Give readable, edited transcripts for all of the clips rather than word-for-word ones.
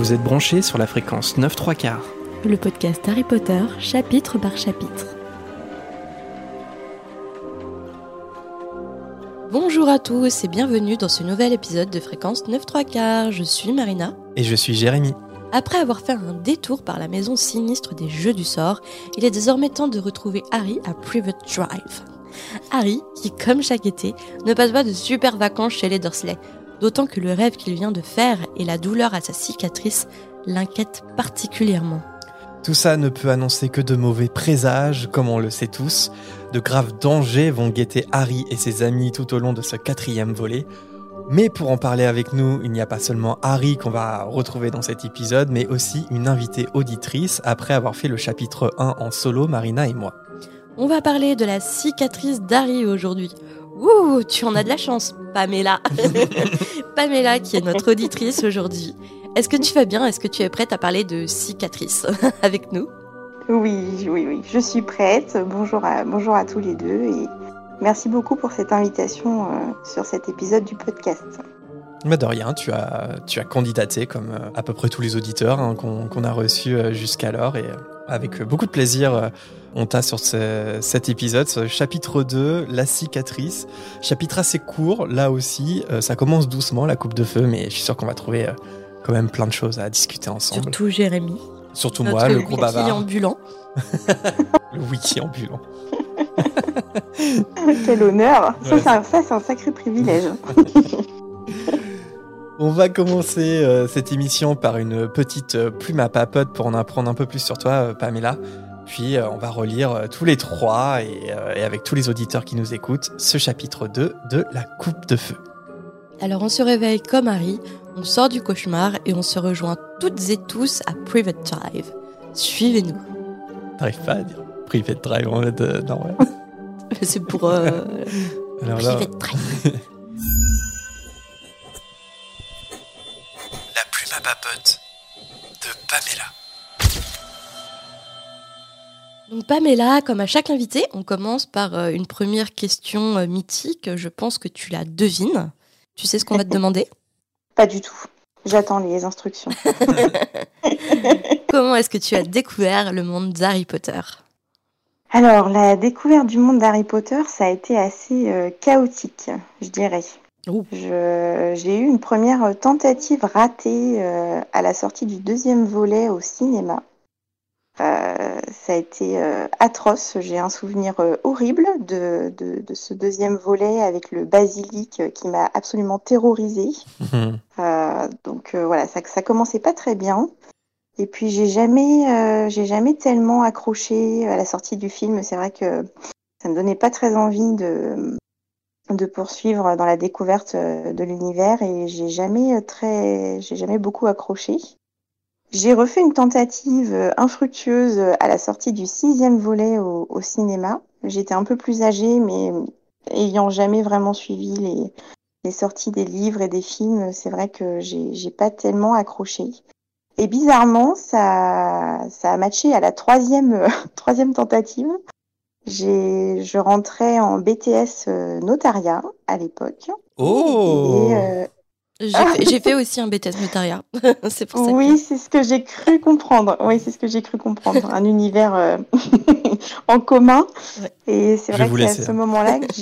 Vous êtes branchés sur la fréquence 9/3/4. Le podcast Harry Potter, chapitre par chapitre. Bonjour à tous et bienvenue dans ce nouvel épisode de Fréquence 9/3/4. Je suis Marina. Et je suis Jérémy. Après avoir fait un détour par la maison sinistre des Jeux du Sort, il est désormais temps de retrouver Harry à Private Drive. Harry, qui comme chaque été, ne passe pas de super vacances chez les Dursley, d'autant que le rêve qu'il vient de faire et la douleur à sa cicatrice l'inquiètent particulièrement. Tout ça ne peut annoncer que de mauvais présages, comme on le sait tous. De graves dangers vont guetter Harry et ses amis tout au long de ce 4e volet. Mais pour en parler avec nous, il n'y a pas seulement Harry qu'on va retrouver dans cet épisode, mais aussi une invitée auditrice après avoir fait le chapitre 1 en solo, Marina et moi. On va parler de la cicatrice d'Harry aujourd'hui. Ouh, tu en as de la chance, Pamela. Pamela qui est notre auditrice aujourd'hui. Est-ce que tu vas bien ? Est-ce que tu es prête à parler de cicatrices avec nous ? Oui, je suis prête. Bonjour à tous les deux et merci beaucoup pour cette invitation sur cet épisode du podcast. Mais de rien, tu as candidaté comme à peu près tous les auditeurs qu'on a reçus jusqu'alors et avec beaucoup de plaisir, on t'a sur cet épisode, ce chapitre 2, la cicatrice. Chapitre assez court, là aussi, ça commence doucement la coupe de feu, mais je suis sûr qu'on va trouver quand même plein de choses à discuter ensemble. Surtout Jérémy. Surtout moi, le gros bavard. Le wiki ambulant. Le wiki ambulant. Quel honneur. Ouais. Ça, c'est un sacré privilège. On va commencer cette émission par une petite plume à papote pour en apprendre un peu plus sur toi, Pamela. Puis on va relire tous les trois et avec tous les auditeurs qui nous écoutent, ce chapitre 2 de la coupe de feu. Alors on se réveille comme Harry, on sort du cauchemar et on se rejoint toutes et tous à Private Drive. Suivez-nous. T'arrives pas à dire Private Drive en mode normal. C'est pour Alors là, Private Drive. la plume à papote de Pamela. Donc Pamela, comme à chaque invité, on commence par une première question mythique. Je pense que tu la devines. Tu sais ce qu'on va te demander ? Pas du tout. J'attends les instructions. Comment est-ce que tu as découvert le monde d'Harry Potter ? Alors, la découverte du monde d'Harry Potter, ça a été assez chaotique, je dirais. Ouh. J'ai eu une première tentative ratée à la sortie du 2e volet au cinéma. Ça a été atroce. J'ai un souvenir horrible de ce 2e volet avec le basilic qui m'a absolument terrorisée. Donc voilà, ça commençait pas très bien. Et puis j'ai jamais tellement accroché à la sortie du film. C'est vrai que ça me donnait pas très envie de poursuivre dans la découverte de l'univers et j'ai jamais beaucoup accroché. J'ai refait une tentative infructueuse à la sortie du 6e volet au cinéma. J'étais un peu plus âgée, mais ayant jamais vraiment suivi les sorties des livres et des films, c'est vrai que j'ai pas tellement accroché. Et bizarrement, ça a matché à la 3e tentative. Je rentrais en BTS notariat à l'époque. Oh Et, J'ai fait aussi un BTS notariat. C'est pour ça oui, c'est ce que j'ai cru comprendre. Un univers en commun. Ouais. Et c'est Je vais vrai vous que c'est à laisser, ce moment-là que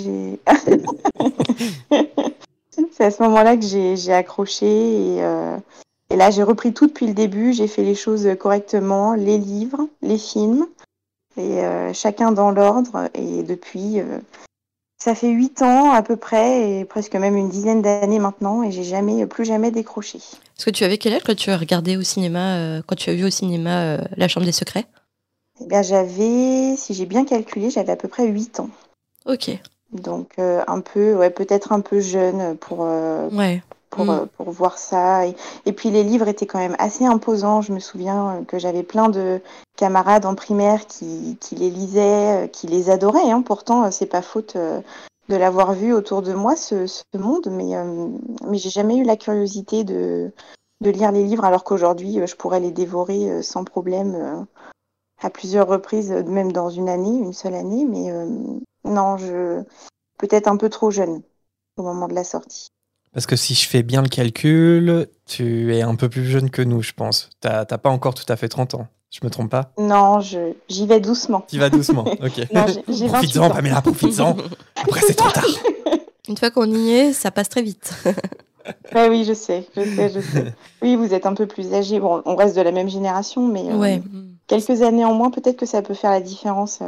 j'ai accroché et là j'ai repris tout depuis le début. J'ai fait les choses correctement, les livres, les films et chacun dans l'ordre. Et depuis, ça fait 8 ans à peu près et presque même une dizaine d'années maintenant et j'ai plus jamais décroché. Est-ce que tu avais quel âge quand tu as regardé au cinéma, quand tu as vu au cinéma La Chambre des Secrets ? Eh bien, si j'ai bien calculé, j'avais à peu près 8 ans. Ok. Donc, peut-être un peu jeune pour Ouais. voir ça. Et puis, les livres étaient quand même assez imposants. Je me souviens que j'avais plein de camarades en primaire qui les lisaient, qui les adoraient. Pourtant, c'est pas faute de l'avoir vu autour de moi, ce monde. Mais j'ai jamais eu la curiosité de lire les livres, alors qu'aujourd'hui, je pourrais les dévorer sans problème à plusieurs reprises, même dans une seule année. Mais non, peut-être un peu trop jeune au moment de la sortie. Parce que si je fais bien le calcul, Tu es un peu plus jeune que nous, je pense. T'as pas encore tout à fait 30 ans. Je me trompe pas? Non, j'y vais doucement. Tu vas doucement, ok. Non, j'ai 28 Profites-en, ans. Pamela, profites-en. Après, c'est trop tard. Une fois qu'on y est, ça passe très vite. Ouais, oui, je sais. Oui, vous êtes un peu plus âgé. Bon, on reste de la même génération, mais Ouais. quelques années en moins, peut-être que ça peut faire la différence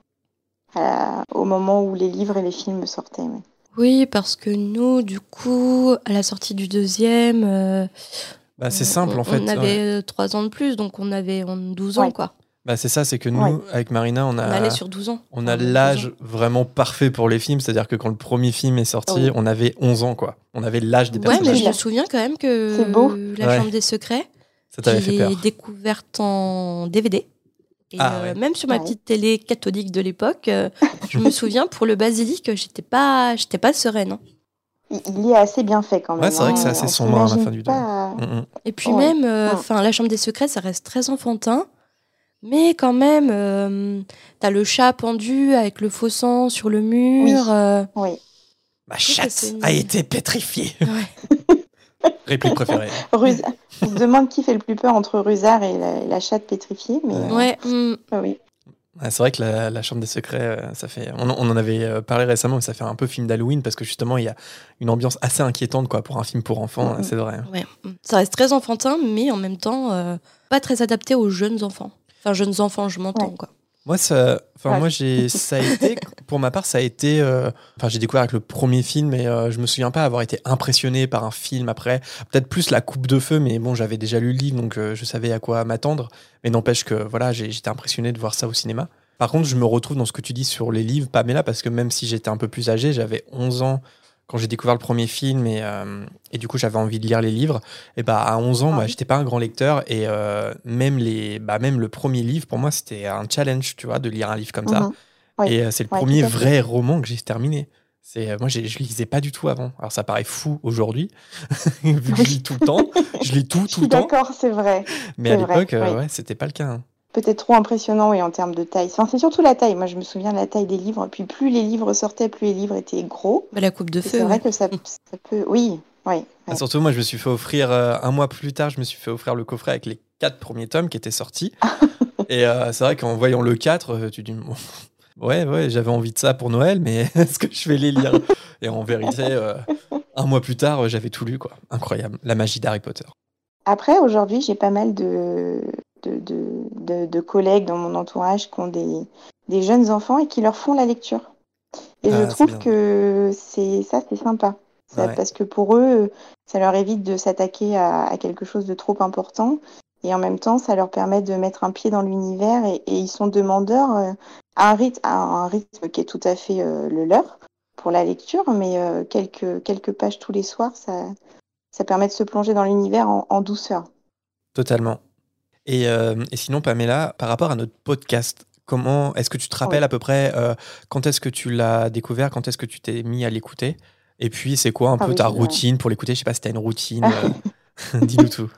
au moment où les livres et les films sortaient. Mais... Oui, parce que nous, du coup, à la sortie du deuxième, C'est simple, en fait. on avait 3 ans de plus, donc on avait 12 ans, Ouais. quoi. C'est ça, c'est que nous, avec Marina, on On allait sur 12 ans. on a Enfin, l'âge 12 ans. vraiment parfait pour les films. C'est-à-dire que quand le premier film est sorti, Oui. on avait 11 ans, quoi. On avait l'âge des Ouais, personnages. mais je Bien. me souviens quand même que C'est beau. La Ouais. Chambre des Secrets, Ça t'avait fait j'ai peur. découverte en DVD. Et Ouais. même sur ma Ouais. petite télé catholique de l'époque, je me souviens pour le basilic, j'étais pas sereine. Hein. Il est assez bien fait quand même. Ouais, c'est vrai que c'est hein. assez On sombre à la s'imagine fin du deux. pas, Et puis Ouais. même, La Chambre des Secrets, ça reste très enfantin. Mais quand même, t'as le chat pendu avec le faux sang sur le mur. Oui. Ma trouve que chatte c'est a une- été pétrifiée. Ouais. Réplique préférée. On se demande qui fait le plus peur entre Rusard et la chatte pétrifiée, mais Ouais, oui. Ouais, c'est vrai que la Chambre des Secrets, ça fait. On en avait parlé récemment, mais ça fait un peu film d'Halloween parce que justement, il y a une ambiance assez inquiétante, quoi, pour un film pour enfants. Mhm. C'est vrai. ouais. Ça reste très enfantin, mais en même temps, pas très adapté aux jeunes enfants. Enfin, jeunes enfants, je m'entends, Ouais. quoi. Moi, ça a été, pour ma part, ça a été. J'ai découvert avec le premier film, et je me souviens pas avoir été impressionné par un film après. Peut-être plus La Coupe de Feu, mais bon, j'avais déjà lu le livre, donc je savais à quoi m'attendre. Mais n'empêche que voilà, j'étais impressionné de voir ça au cinéma. Par contre, je me retrouve dans ce que tu dis sur les livres, Pamela, parce que même si j'étais un peu plus âgé, j'avais 11 ans quand j'ai découvert le premier film, et du coup, j'avais envie de lire les livres. Et à 11 ans, j'étais pas un grand lecteur, et même le premier livre, pour moi, c'était un challenge, tu vois, de lire un livre comme ça. Mhm. Oui. Et c'est le Ouais, premier tout à fait. vrai roman que j'ai terminé. Moi, je lisais pas du tout avant. Alors, ça paraît fou aujourd'hui, vu que je lis tout le temps. Je lis tout Je le suis temps. d'accord, c'est vrai. Mais c'est à l'époque, vrai, oui. ouais, c'était pas le cas. Hein. Peut-être trop impressionnant, oui, en termes de taille. Enfin, c'est surtout la taille. Moi, je me souviens de la taille des livres. Puis plus les livres sortaient, plus les livres étaient gros. Bah, La Coupe de Et Feu, c'est vrai ouais. que ça peut... Oui, oui. Ah, surtout, moi, je me suis fait offrir, un mois plus tard, je me suis fait offrir le coffret avec les 4 premiers tomes qui étaient sortis. Et c'est vrai qu'en voyant le 4, tu dis, bon, ouais, j'avais envie de ça pour Noël, mais est-ce que je vais les lire? Et en vérité, un mois plus tard, j'avais tout lu, quoi. Incroyable. La magie d'Harry Potter. Après, aujourd'hui, j'ai pas mal de collègues dans mon entourage qui ont des jeunes enfants et qui leur font la lecture. Et je Ah, c'est trouve bien. que c'est sympa. Ouais. Parce que pour eux, ça leur évite de s'attaquer à quelque chose de trop important. Et en même temps, ça leur permet de mettre un pied dans l'univers et ils sont demandeurs à un rythme qui est tout à fait le leur pour la lecture, mais quelques pages tous les soirs, ça permet de se plonger dans l'univers en douceur. Totalement. Et sinon, Pamela, par rapport à notre podcast, est-ce que tu te rappelles Oui. à peu près quand est-ce que tu l'as découvert, quand est-ce que tu t'es mis à l'écouter? Et puis, c'est quoi un peu oui, ta je me- routine pour l'écouter? Je sais pas si tu as une routine. Dis-nous tout.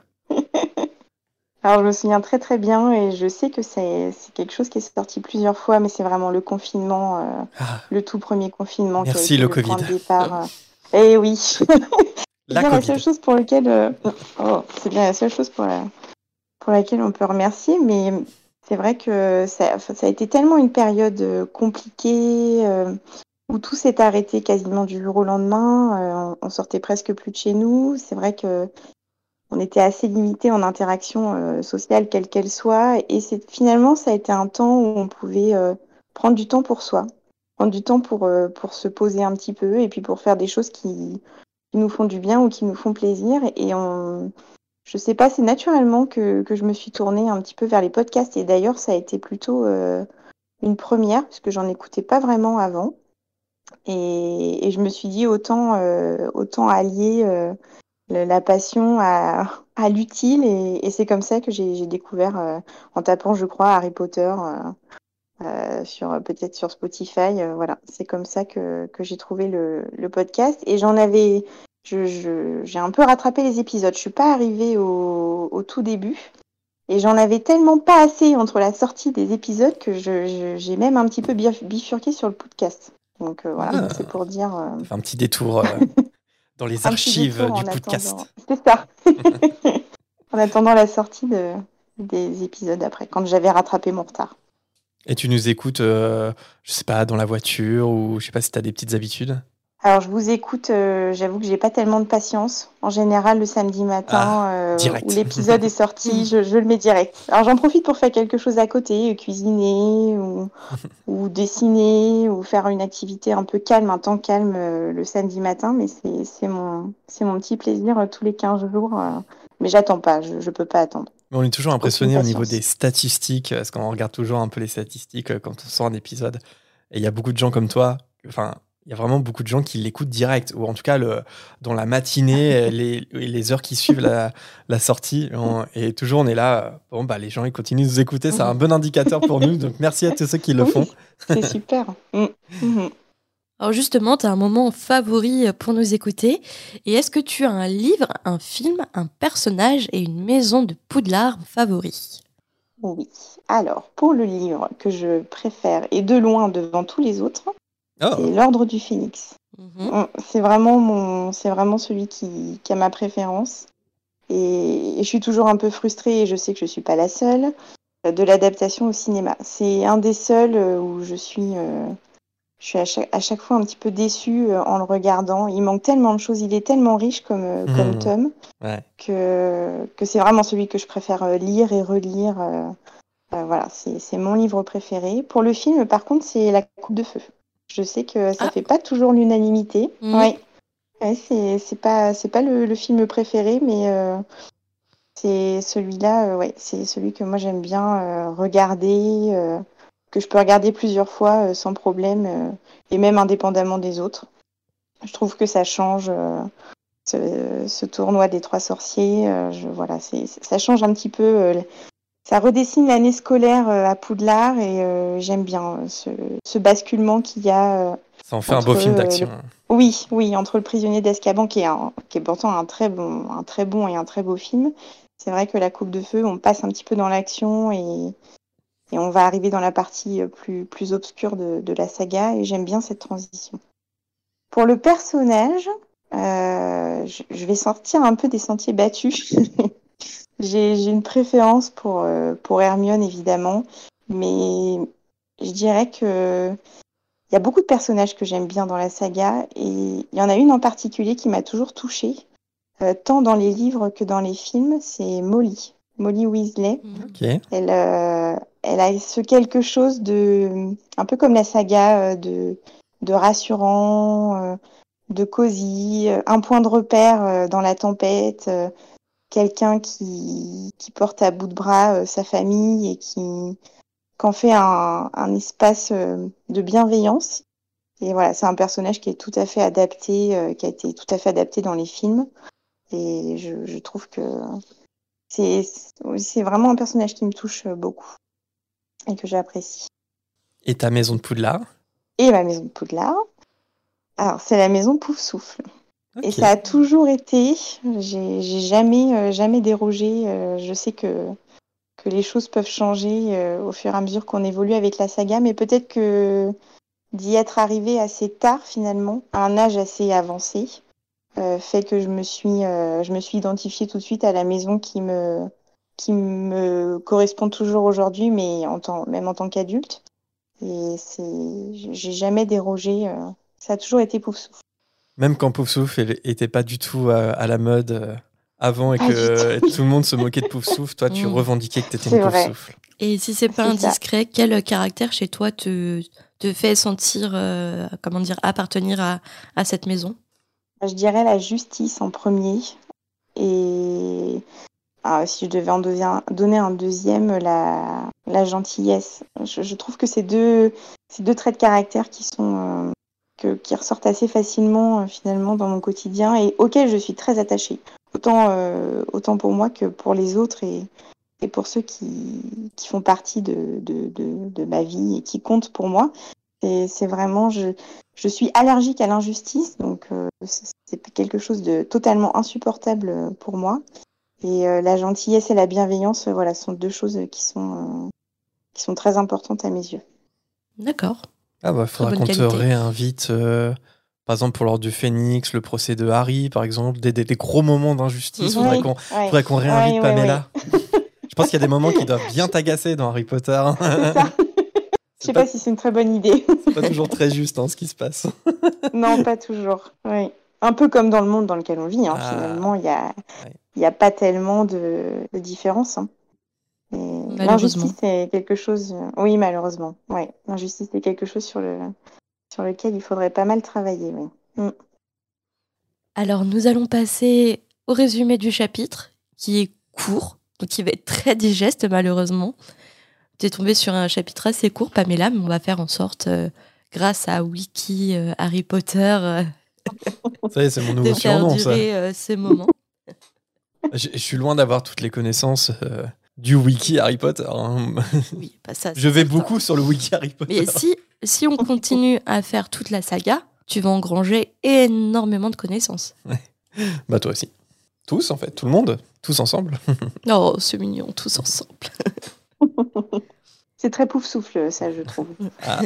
Alors, je me souviens très très bien et je sais que c'est quelque chose qui est sorti plusieurs fois, mais c'est vraiment le confinement, Ah, le tout premier confinement qui a merci été le le point Covid. de départ. Et oui, c'est La bien la Covid. seule chose pour laquelle, c'est bien la seule chose pour laquelle on peut remercier, mais c'est vrai que ça a été tellement une période compliquée où tout s'est arrêté quasiment du jour au lendemain. On sortait presque plus de chez nous. C'est vrai que on était assez limité en interaction sociale, quelle qu'elle soit. Et finalement, ça a été un temps où on pouvait prendre du temps pour soi, prendre du temps pour se poser un petit peu et puis pour faire des choses qui nous font du bien ou qui nous font plaisir. Je sais pas, c'est naturellement que je me suis tournée un petit peu vers les podcasts. Et d'ailleurs, ça a été plutôt une première, parce que j'en écoutais pas vraiment avant. Et je me suis dit autant allier la passion à l'utile. Et c'est comme ça que j'ai découvert, en tapant, je crois, Harry Potter peut-être sur Spotify. Voilà, c'est comme ça que j'ai trouvé le podcast. Et j'ai un peu rattrapé les épisodes. Je suis pas arrivée au tout début. Et j'en avais tellement pas assez entre la sortie des épisodes que j'ai même un petit peu bifurqué sur le podcast. Donc voilà, Ah. c'est pour dire. Ça fait un petit détour. dans les Un petit archives détour du en podcast. attendant. C'est ça. En attendant la sortie des épisodes après, quand j'avais rattrapé mon retard. Et tu nous écoutes, je sais pas, dans la voiture ou je sais pas si tu as des petites habitudes. Alors, je vous écoute, j'avoue que j'ai pas tellement de patience. En général, le samedi matin, où Direct. l'épisode est sorti, je le mets direct. Alors, j'en profite pour faire quelque chose à côté, cuisiner ou dessiner ou faire une activité un peu calme, un temps calme le samedi matin. Mais c'est mon petit plaisir tous les 15 jours. Mais j'attends pas, je peux pas attendre. Mais on est toujours Aucune impressionné au niveau des patience. statistiques, parce qu'on regarde toujours un peu les statistiques quand on sort un épisode. Et il y a beaucoup de gens comme toi, enfin, il y a vraiment beaucoup de gens qui l'écoutent direct, ou en tout cas dans la matinée, les heures qui suivent la sortie. Et toujours, on est là, bon, bah, les gens, ils continuent de nous écouter, c'est un bon indicateur pour nous, donc merci à tous ceux qui le font. Oui, c'est super. Alors justement, tu as un moment favori pour nous écouter. Et est-ce que tu as un livre, un film, un personnage et une maison de Poudlard favori? Oui. Alors, pour le livre que je préfère, et de loin devant tous les autres, Oh, c'est L'Ordre du Phénix. Mhm. C'est vraiment celui qui a ma préférence. Et je suis toujours un peu frustrée, et je sais que je suis pas la seule, de l'adaptation au cinéma. C'est un des seuls où je suis à chaque fois un petit peu déçue en le regardant. Il manque tellement de choses, il est tellement riche comme tome ouais. que c'est vraiment celui que je préfère lire et relire. Voilà, c'est mon livre préféré. Pour le film, par contre, c'est La Coupe de Feu. Je sais que ça Ah, fait pas toujours l'unanimité. mhm. Ouais. Ouais, c'est pas le film préféré, mais c'est celui-là, ouais, c'est celui que moi j'aime bien regarder, que je peux regarder plusieurs fois sans problème, et même indépendamment des autres. Je trouve que ça change ce tournoi des trois sorciers. Voilà, ça change un petit peu. Ça redessine l'année scolaire à Poudlard et j'aime bien ce basculement qu'il y a Ça en fait un beau entre film d'action. oui, oui, entre Le Prisonnier d'Azkaban qui est pourtant un très bon et un très beau film. C'est vrai que La Coupe de Feu, on passe un petit peu dans l'action et on va arriver dans la partie plus obscure de la saga et j'aime bien cette transition. Pour le personnage, je vais sortir un peu des sentiers battus. J'ai une préférence pour Hermione, évidemment, mais je dirais que il y a beaucoup de personnages que j'aime bien dans la saga, et il y en a une en particulier qui m'a toujours touchée, tant dans les livres que dans les films, c'est Molly. Molly Weasley. Mhm. Ok. Elle a ce quelque chose un peu comme la saga, de rassurant, de cosy, un point de repère dans la tempête. Quelqu'un qui porte à bout de bras sa famille et qu'en fait un espace de bienveillance. Et voilà, c'est un personnage qui est tout à fait adapté, qui a été tout à fait adapté dans les films. Et je trouve que c'est c'est vraiment un personnage qui me touche beaucoup et que j'apprécie. Et ta maison de Poudlard? Et ma maison de Poudlard, alors c'est la maison Poufsouffle. Et Ok. ça a toujours été, j'ai jamais dérogé. Je sais que les choses peuvent changer au fur et à mesure qu'on évolue avec la saga, mais peut-être que d'y être arrivé assez tard finalement, à un âge assez avancé, fait que je me suis identifiée tout de suite à la maison qui me correspond toujours aujourd'hui, mais même en tant qu'adulte. Et j'ai jamais dérogé. Ça a toujours été Poufsouffle. Même quand Poufsouffle était pas du tout à la mode avant et Pas du que tout. tout le monde se moquait de Poufsouffle, toi tu Mhm. revendiquais que t'étais une C'est vrai. Poufsouffle. Et si c'est pas C'est ça. indiscret, quel caractère chez toi te fait sentir, comment dire, appartenir à cette maison? Je dirais la justice en premier. Et si je devais en donner un deuxième, la gentillesse. Je trouve que ces deux traits de caractère qui ressortent assez facilement finalement dans mon quotidien et auxquels je suis très attachée. Autant pour moi que pour les autres et pour ceux qui font partie de ma vie et qui comptent pour moi. C'est vraiment, je suis allergique à l'injustice, donc c'est quelque chose de totalement insupportable pour moi. Et la gentillesse et la bienveillance, voilà, sont deux choses qui sont très importantes à mes yeux. D'accord. Ah bah Très faudra bonne qu'on te qualité. réinvite Par exemple, pour l'Ordre du Phénix, le procès de Harry, par exemple, des gros moments d'injustice. Oui, Faudrait qu'on réinvite ouais, Pamela. Je pense qu'il y a des moments qui doivent bien t'agacer dans Harry Potter. C'est ça. Je sais pas si c'est une très bonne idée. C'est pas toujours très juste ce qui se passe. Non, pas toujours. Oui. Un peu comme dans le monde dans lequel on vit. Finalement, il y a pas tellement de différence. Et l'injustice est quelque chose. Oui, malheureusement. Ouais. L'injustice est quelque chose sur lequel il faudrait pas mal travailler. Oui. Alors, nous allons passer au résumé du chapitre, qui est court, donc qui va être très digeste, malheureusement. Tu es tombé sur un chapitre assez court, Pamela, mais on va faire en sorte, grâce à Wiki Harry Potter, Ça y est, c'est mon nouveau de faire surnom, durer ces moments. Je suis loin d'avoir toutes les connaissances du wiki Harry Potter. Oui, pas ça. Je vais beaucoup sur le wiki Harry Potter. Mais si on continue à faire toute la saga, tu vas engranger énormément de connaissances. Ouais. Bah toi aussi. Tous, en fait. Tout le monde. Tous ensemble. Oh, c'est mignon, tous ensemble. C'est très pouf-souffle, ça, je trouve. Harry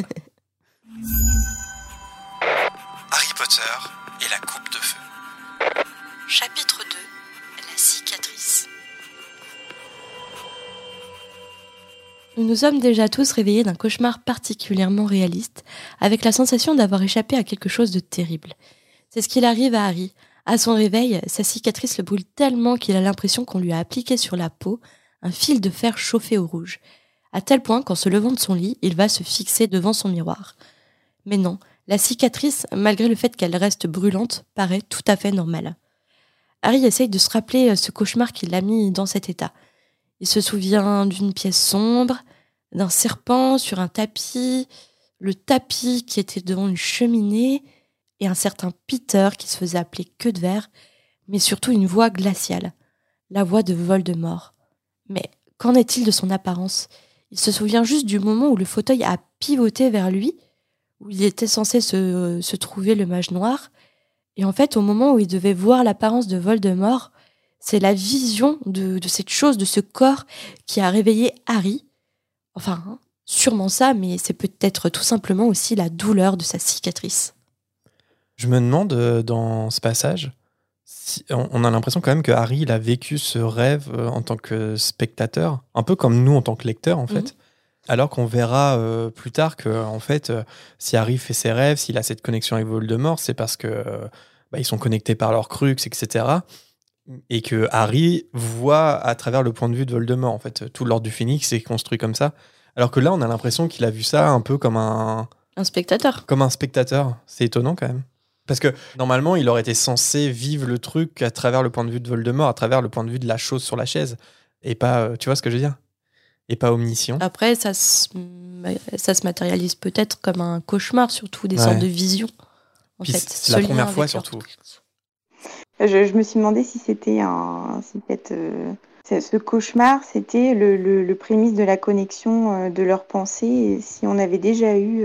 Potter et la coupe de feu. Chapitre 2. La cicatrice. Nous nous sommes déjà tous réveillés d'un cauchemar particulièrement réaliste, avec la sensation d'avoir échappé à quelque chose de terrible. C'est ce qu'il arrive à Harry. À son réveil, sa cicatrice le brûle tellement qu'il a l'impression qu'on lui a appliqué sur la peau un fil de fer chauffé au rouge. À tel point qu'en se levant de son lit, il va se fixer devant son miroir. Mais non, la cicatrice, malgré le fait qu'elle reste brûlante, paraît tout à fait normale. Harry essaye de se rappeler ce cauchemar qui l'a mis dans cet état. Il se souvient d'une pièce sombre, d'un serpent sur un tapis, le tapis qui était devant une cheminée, et un certain Peter qui se faisait appeler Queue de Verre, mais surtout une voix glaciale, la voix de Voldemort. Mais qu'en est-il de son apparence ? Il se souvient juste du moment où le fauteuil a pivoté vers lui, où il était censé se trouver le mage noir, et en fait, au moment où il devait voir l'apparence de Voldemort, c'est la vision de cette chose, de ce corps qui a réveillé Harry. Enfin, sûrement ça, mais c'est peut-être tout simplement aussi la douleur de sa cicatrice. Je me demande, dans ce passage, si on a l'impression quand même que Harry il a vécu ce rêve en tant que spectateur, un peu comme nous en tant que lecteur, en fait. Alors qu'on verra plus tard que, en fait, si Harry fait ses rêves, s'il a cette connexion avec Voldemort, c'est parce que ils sont connectés par leur crux, etc. Et que Harry voit à travers le point de vue de Voldemort. En fait, tout l'Ordre du Phénix est construit comme ça. Alors que là, on a l'impression qu'il a vu ça un peu comme un spectateur. Comme un spectateur. C'est étonnant quand même. Parce que normalement, il aurait été censé vivre le truc à travers le point de vue de Voldemort, à travers le point de vue de la chose sur la chaise. Et pas, tu vois ce que je veux dire ? Et pas omniscient. Après, ça se matérialise peut-être comme un cauchemar, surtout des sortes de visions. Puis c'est la première fois surtout. Je me suis demandé si c'était ce cauchemar, c'était le prémisse de la connexion de leurs pensées, et si on avait déjà eu,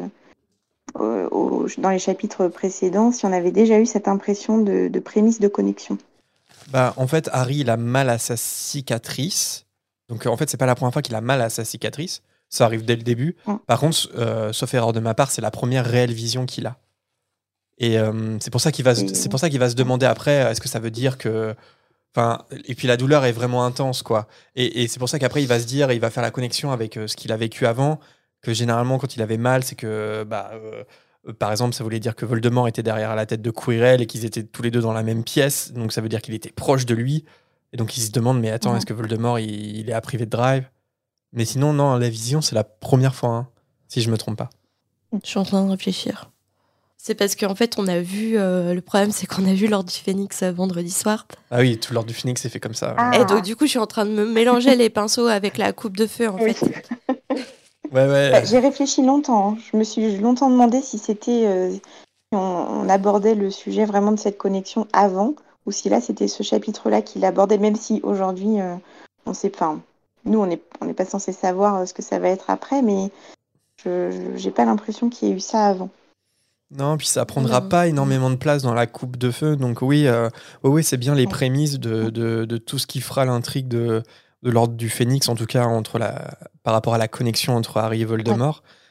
dans les chapitres précédents, si on avait déjà eu cette impression de prémisse de connexion. En fait, Harry, il a mal à sa cicatrice. Donc, en fait, c'est pas la première fois qu'il a mal à sa cicatrice. Ça arrive dès le début. Par contre, sauf erreur de ma part, c'est la première réelle vision qu'il a. Et c'est pour ça qu'il va se demander après, est-ce que ça veut dire que... et puis la douleur est vraiment intense, quoi. Et c'est pour ça qu'après, il va se dire, il va faire la connexion avec ce qu'il a vécu avant, que généralement, quand il avait mal, c'est que... par exemple, ça voulait dire que Voldemort était derrière la tête de Quirrell et qu'ils étaient tous les deux dans la même pièce. Donc, ça veut dire qu'il était proche de lui. Et donc, il se demande, mais attends, est-ce que Voldemort, il est à privé de drive ? Mais sinon, non, la vision, c'est la première fois, si je me trompe pas. Je suis en train de réfléchir. C'est parce qu'en fait, on a vu... le problème, c'est qu'on a vu l'Ordre du Phénix vendredi soir. Ah oui, tout l'Ordre du Phénix, c'est fait comme ça. Et donc, du coup, je suis en train de me mélanger les pinceaux avec la coupe de feu, en fait. Ouais. J'ai réfléchi longtemps. Je me suis longtemps demandé si c'était... on abordait le sujet vraiment de cette connexion avant, ou si là, c'était ce chapitre-là qui l'abordait, même si aujourd'hui, on sait pas... Nous, on n'est pas censé savoir ce que ça va être après, mais j'ai pas l'impression qu'il y ait eu ça avant. Non, puis ça prendra pas énormément de place dans la coupe de feu. Donc oui, c'est bien les prémices de tout ce qui fera l'intrigue de l'Ordre du Phénix, en tout cas par rapport à la connexion entre Harry et Voldemort.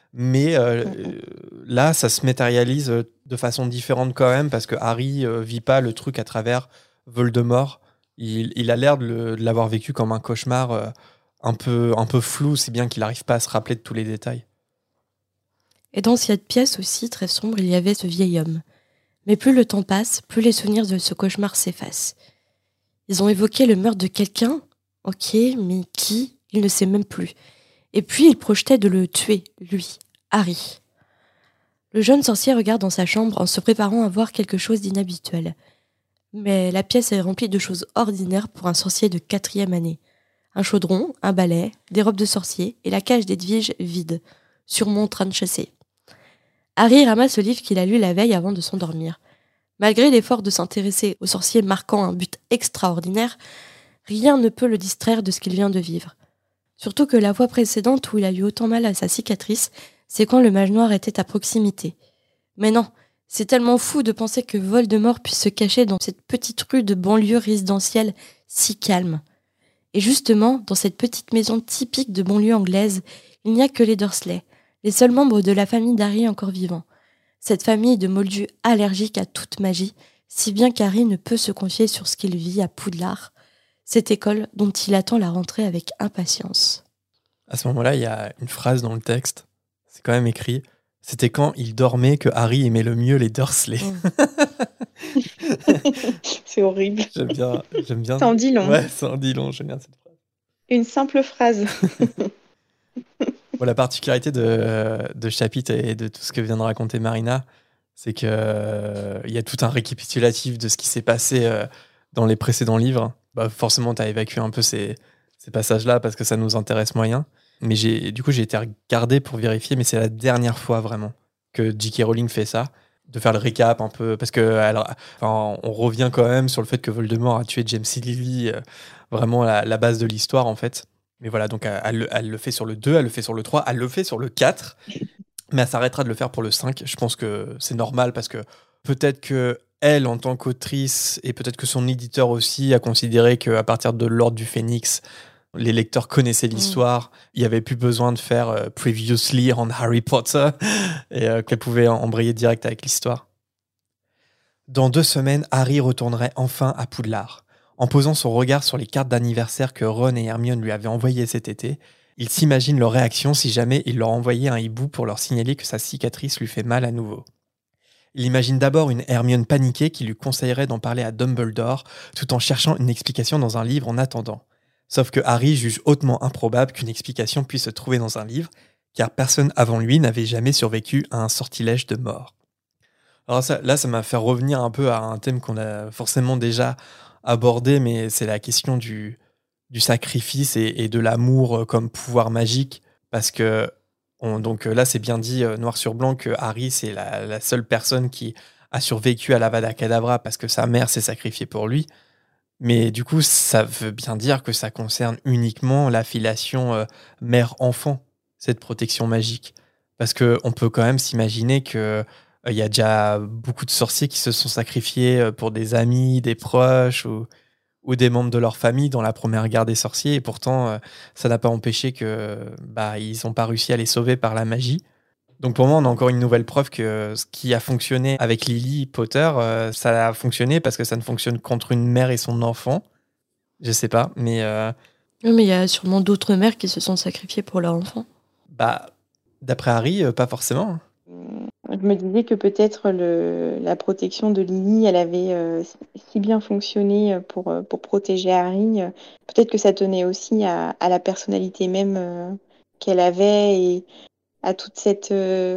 Mais là, ça se matérialise de façon différente quand même, parce que Harry vit pas le truc à travers Voldemort. Il a l'air de l'avoir vécu comme un cauchemar un peu flou, si bien qu'il n'arrive pas à se rappeler de tous les détails. Et dans cette pièce aussi, très sombre, il y avait ce vieil homme. Mais plus le temps passe, plus les souvenirs de ce cauchemar s'effacent. Ils ont évoqué le meurtre de quelqu'un. Ok, mais qui ? Il ne sait même plus. Et puis il projetait de le tuer, lui, Harry. Le jeune sorcier regarde dans sa chambre en se préparant à voir quelque chose d'inhabituel. Mais la pièce est remplie de choses ordinaires pour un sorcier de 4e année. Un chaudron, un balai, des robes de sorcier et la cage d'Edwige vide, sûrement en train de chasser. Harry ramasse le livre qu'il a lu la veille avant de s'endormir. Malgré l'effort de s'intéresser au sorcier marquant un but extraordinaire, rien ne peut le distraire de ce qu'il vient de vivre. Surtout que la fois précédente où il a eu autant mal à sa cicatrice, c'est quand le mage noir était à proximité. Mais non, c'est tellement fou de penser que Voldemort puisse se cacher dans cette petite rue de banlieue résidentielle si calme. Et justement, dans cette petite maison typique de banlieue anglaise, il n'y a que les Dursley, les seuls membres de la famille d'Harry encore vivants. Cette famille de moldus allergiques à toute magie, si bien qu'Harry ne peut se confier sur ce qu'il vit à Poudlard, cette école dont il attend la rentrée avec impatience. À ce moment-là, il y a une phrase dans le texte, c'est quand même écrit « C'était quand il dormait que Harry aimait le mieux les Dursley. » C'est horrible. J'aime bien. Ça en dit long. Ouais, ça en dit long, j'aime bien cette phrase. Une simple phrase. Bon, la particularité de ce chapitre et de tout ce que vient de raconter Marina, c'est qu'il y a tout un récapitulatif de ce qui s'est passé dans les précédents livres. Bah, forcément, tu as évacué un peu ces passages-là parce que ça nous intéresse moyen. Mais j'ai été regarder pour vérifier, mais c'est la dernière fois vraiment que J.K. Rowling fait ça, de faire le récap un peu, parce que on revient quand même sur le fait que Voldemort a tué James Lily, vraiment la base de l'histoire en fait. Mais voilà, donc elle le fait sur le 2, elle le fait sur le 3, elle le fait sur le 4, mais elle s'arrêtera de le faire pour le 5. Je pense que c'est normal parce que peut-être que elle, en tant qu'autrice, et peut-être que son éditeur aussi, a considéré qu'à partir de l'Ordre du Phénix, les lecteurs connaissaient l'histoire, il n'y avait plus besoin de faire Previously on Harry Potter, et qu'elle pouvait embrayer direct avec l'histoire. Dans 2 semaines, Harry retournerait enfin à Poudlard. En posant son regard sur les cartes d'anniversaire que Ron et Hermione lui avaient envoyées cet été, il s'imagine leur réaction si jamais il leur envoyait un hibou pour leur signaler que sa cicatrice lui fait mal à nouveau. Il imagine d'abord une Hermione paniquée qui lui conseillerait d'en parler à Dumbledore tout en cherchant une explication dans un livre en attendant. Sauf que Harry juge hautement improbable qu'une explication puisse se trouver dans un livre, car personne avant lui n'avait jamais survécu à un sortilège de mort. Alors ça m'a fait revenir un peu à un thème qu'on a forcément déjà abordé, mais c'est la question du sacrifice et de l'amour comme pouvoir magique, parce que donc là c'est bien dit noir sur blanc que Harry c'est la seule personne qui a survécu à l'Avada Kedavra parce que sa mère s'est sacrifiée pour lui. Mais du coup, ça veut bien dire que ça concerne uniquement la filiation mère-enfant, cette protection magique. Parce qu'on peut quand même s'imaginer qu'il y a déjà beaucoup de sorciers qui se sont sacrifiés pour des amis, des proches ou des membres de leur famille dans la première guerre des sorciers. Et pourtant, ça n'a pas empêché qu'ils n'ont pas réussi à les sauver par la magie. Donc pour moi, on a encore une nouvelle preuve que ce qui a fonctionné avec Lily Potter, ça a fonctionné parce que ça ne fonctionne qu'entre une mère et son enfant. Je sais pas, mais... Oui, mais il y a sûrement d'autres mères qui se sont sacrifiées pour leur enfant. D'après Harry, pas forcément. Je me disais que peut-être la protection de Lily, elle avait si bien fonctionné pour protéger Harry. Peut-être que ça tenait aussi à la personnalité même qu'elle avait et à toute cette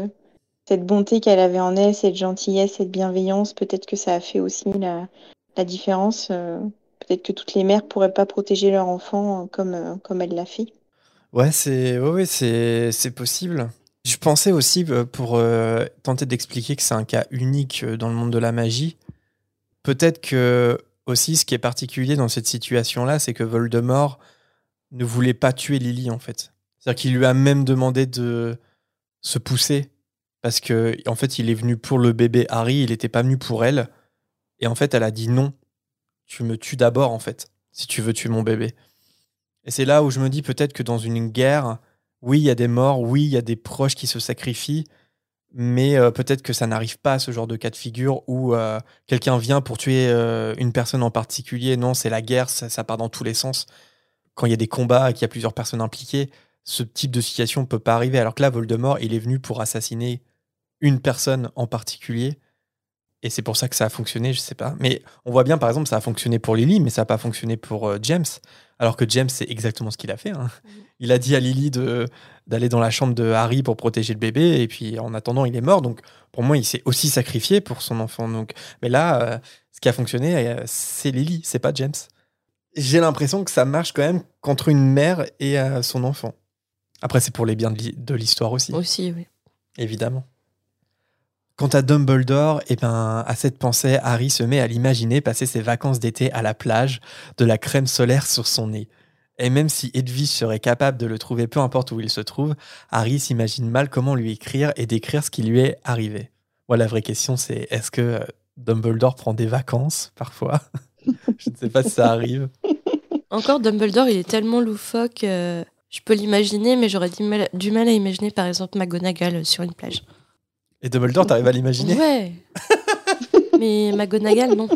bonté qu'elle avait en elle, cette gentillesse, cette bienveillance. Peut-être que ça a fait aussi la différence. Peut-être que toutes les mères pourraient pas protéger leur enfant comme elle l'a fait. Ouais, c'est possible. Je pensais aussi, pour tenter d'expliquer que c'est un cas unique dans le monde de la magie, peut-être que aussi ce qui est particulier dans cette situation-là, c'est que Voldemort ne voulait pas tuer Lily, en fait. C'est-à-dire qu'il lui a même demandé de se pousser, parce que en fait, il est venu pour le bébé Harry, il n'était pas venu pour elle. Et en fait, elle a dit non, tu me tues d'abord, en fait, si tu veux tuer mon bébé. Et c'est là où je me dis peut-être que dans une guerre oui, il y a des morts, oui, il y a des proches qui se sacrifient, mais peut-être que ça n'arrive pas à ce genre de cas de figure où quelqu'un vient pour tuer une personne en particulier. Non, c'est la guerre, ça part dans tous les sens. Quand il y a des combats et qu'il y a plusieurs personnes impliquées, ce type de situation ne peut pas arriver. Alors que là, Voldemort, il est venu pour assassiner une personne en particulier. Et c'est pour ça que ça a fonctionné, je sais pas. Mais on voit bien, par exemple, ça a fonctionné pour Lily, mais ça n'a pas fonctionné pour James. Alors que James, c'est exactement ce qu'il a fait. Hein. Il a dit à Lily d'aller dans la chambre de Harry pour protéger le bébé, et puis en attendant, il est mort. Donc pour moi, il s'est aussi sacrifié pour son enfant. Donc, mais là, ce qui a fonctionné, c'est Lily, c'est pas James. J'ai l'impression que ça marche quand même contre une mère et son enfant. Après, c'est pour les biens de l'histoire aussi. Aussi, oui. Évidemment. Quant à Dumbledore, à cette pensée, Harry se met à l'imaginer passer ses vacances d'été à la plage, de la crème solaire sur son nez. Et même si Hedwig serait capable de le trouver peu importe où il se trouve, Harry s'imagine mal comment lui écrire et décrire ce qui lui est arrivé. La vraie question, c'est est-ce que Dumbledore prend des vacances parfois? Je ne sais pas si ça arrive. Encore, Dumbledore, il est tellement loufoque. Je peux l'imaginer, mais j'aurais du mal à imaginer, par exemple, McGonagall sur une plage. Et Dumbledore, t'arrives à l'imaginer? Ouais. Mais McGonagall, non.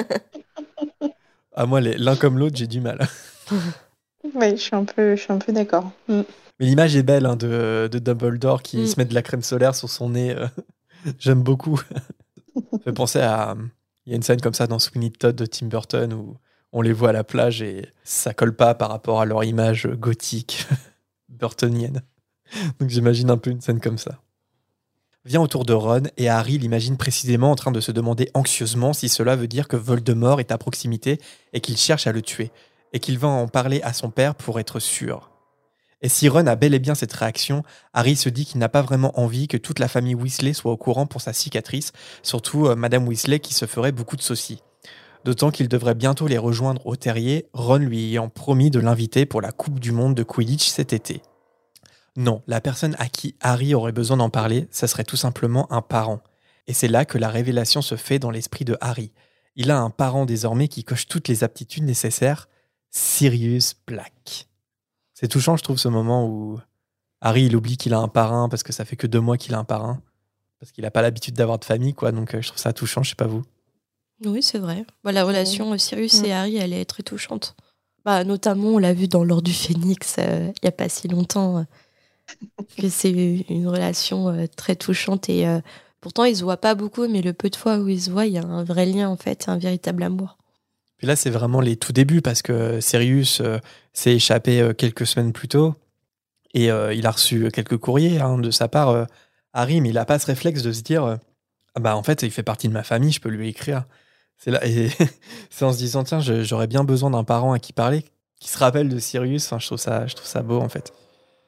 Ah, moi, l'un comme l'autre, j'ai du mal. Oui, je suis un peu d'accord. Mais l'image est belle de Dumbledore qui se met de la crème solaire sur son nez. J'aime beaucoup. Ça fait penser à... Il y a une scène comme ça dans Sweeney Todd de Tim Burton où on les voit à la plage et ça colle pas par rapport à leur image gothique burtonienne. Donc j'imagine un peu une scène comme ça. Vient autour de Ron et Harry l'imagine précisément en train de se demander anxieusement si cela veut dire que Voldemort est à proximité et qu'il cherche à le tuer, et qu'il va en parler à son père pour être sûr. Et si Ron a bel et bien cette réaction, Harry se dit qu'il n'a pas vraiment envie que toute la famille Weasley soit au courant pour sa cicatrice, surtout Madame Weasley qui se ferait beaucoup de soucis. D'autant qu'il devrait bientôt les rejoindre au terrier, Ron lui ayant promis de l'inviter pour la Coupe du Monde de Quidditch cet été. Non, la personne à qui Harry aurait besoin d'en parler, ça serait tout simplement un parent. Et c'est là que la révélation se fait dans l'esprit de Harry. Il a un parent désormais qui coche toutes les aptitudes nécessaires, Sirius Black. C'est touchant, je trouve, ce moment où Harry, il oublie qu'il a un parrain parce que ça fait que 2 mois qu'il a un parrain. Parce qu'il n'a pas l'habitude d'avoir de famille, quoi. Donc je trouve ça touchant, je sais pas vous. Oui, c'est vrai. La relation Sirius et Harry, elle est très touchante. Notamment, on l'a vu dans l'Ordre du Phénix, il n'y a pas si longtemps, que c'est une relation très touchante. Et pourtant, ils se voient pas beaucoup, mais le peu de fois où ils se voient, il y a un vrai lien, en fait, un véritable amour. Puis là, c'est vraiment les tout débuts, parce que Sirius s'est échappé quelques semaines plus tôt, et il a reçu quelques courriers de sa part, Harry, mais il n'a pas ce réflexe de se dire en fait, il fait partie de ma famille, je peux lui écrire. C'est là, et c'est en se disant, tiens, j'aurais bien besoin d'un parent à qui parler, qui se rappelle de Sirius. Enfin, je trouve ça beau, en fait.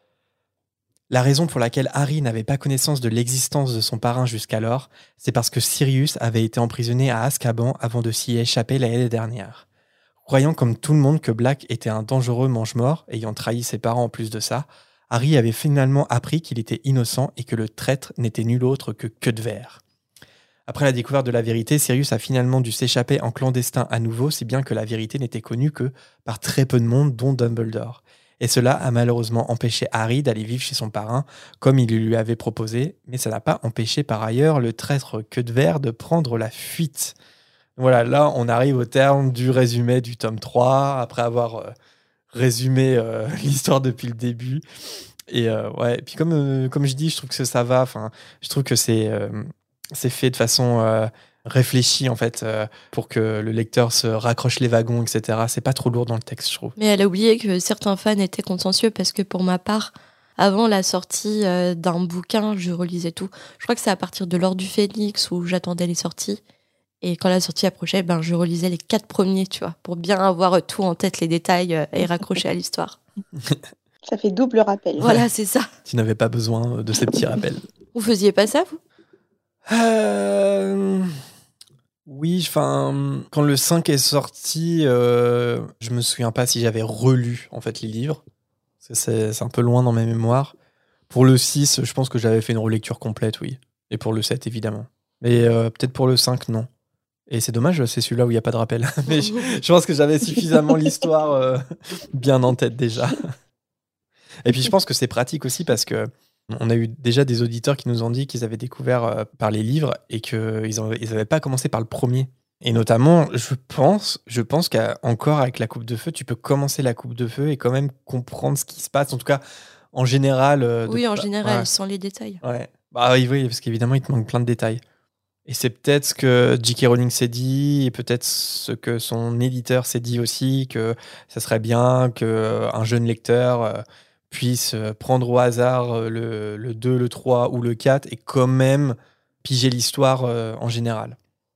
La raison pour laquelle Harry n'avait pas connaissance de l'existence de son parrain jusqu'alors, c'est parce que Sirius avait été emprisonné à Azkaban avant de s'y échapper l'année dernière. Croyant comme tout le monde que Black était un dangereux mange-mort, ayant trahi ses parents en plus de ça, Harry avait finalement appris qu'il était innocent et que le traître n'était nul autre que Cudver. Après la découverte de la vérité, Sirius a finalement dû s'échapper en clandestin à nouveau, si bien que la vérité n'était connue que par très peu de monde, dont Dumbledore. Et cela a malheureusement empêché Harry d'aller vivre chez son parrain, comme il lui avait proposé, mais ça n'a pas empêché par ailleurs le traître Cudver de prendre la fuite. Voilà, là on arrive au terme du résumé du tome 3, après avoir résumé l'histoire depuis le début. Et puis comme je dis, je trouve que ça va, je trouve que c'est fait de façon réfléchie, en fait, pour que le lecteur se raccroche les wagons, etc. C'est pas trop lourd dans le texte, je trouve. Mais elle a oublié que certains fans étaient consciencieux, parce que pour ma part, avant la sortie d'un bouquin, je relisais tout. Je crois que c'est à partir de l'Ordre du Phénix où j'attendais les sorties. Et quand la sortie approchait, je relisais les 4 premiers, tu vois, pour bien avoir tout en tête, les détails, et raccrocher à l'histoire. Ça fait double rappel. Voilà, c'est ça. Tu n'avais pas besoin de ces petits rappels. Vous faisiez pas ça, vous ? Oui, quand le 5 est sorti, je me souviens pas si j'avais relu en fait les livres. C'est un peu loin dans ma mémoire. Pour le 6, je pense que j'avais fait une relecture complète, oui. Et pour le 7, évidemment. Mais peut-être pour le 5, non. Et c'est dommage, c'est celui-là où il n'y a pas de rappel. Mais je pense que j'avais suffisamment l'histoire bien en tête déjà. Et puis je pense que c'est pratique aussi parce que on a eu déjà des auditeurs qui nous ont dit qu'ils avaient découvert par les livres et qu'ils n'avaient pas commencé par le premier. Et notamment, je pense qu'encore avec la coupe de feu, tu peux commencer la coupe de feu et quand même comprendre ce qui se passe. En tout cas, en général. Oui, en général, sans les détails. Ouais. Bah oui, parce qu'évidemment, il te manque plein de détails. Et c'est peut-être ce que J.K. Rowling s'est dit, et peut-être ce que son éditeur s'est dit aussi, que ça serait bien qu'un jeune lecteur puisse prendre au hasard le 2, le 3 ou le 4 et quand même piger l'histoire en général.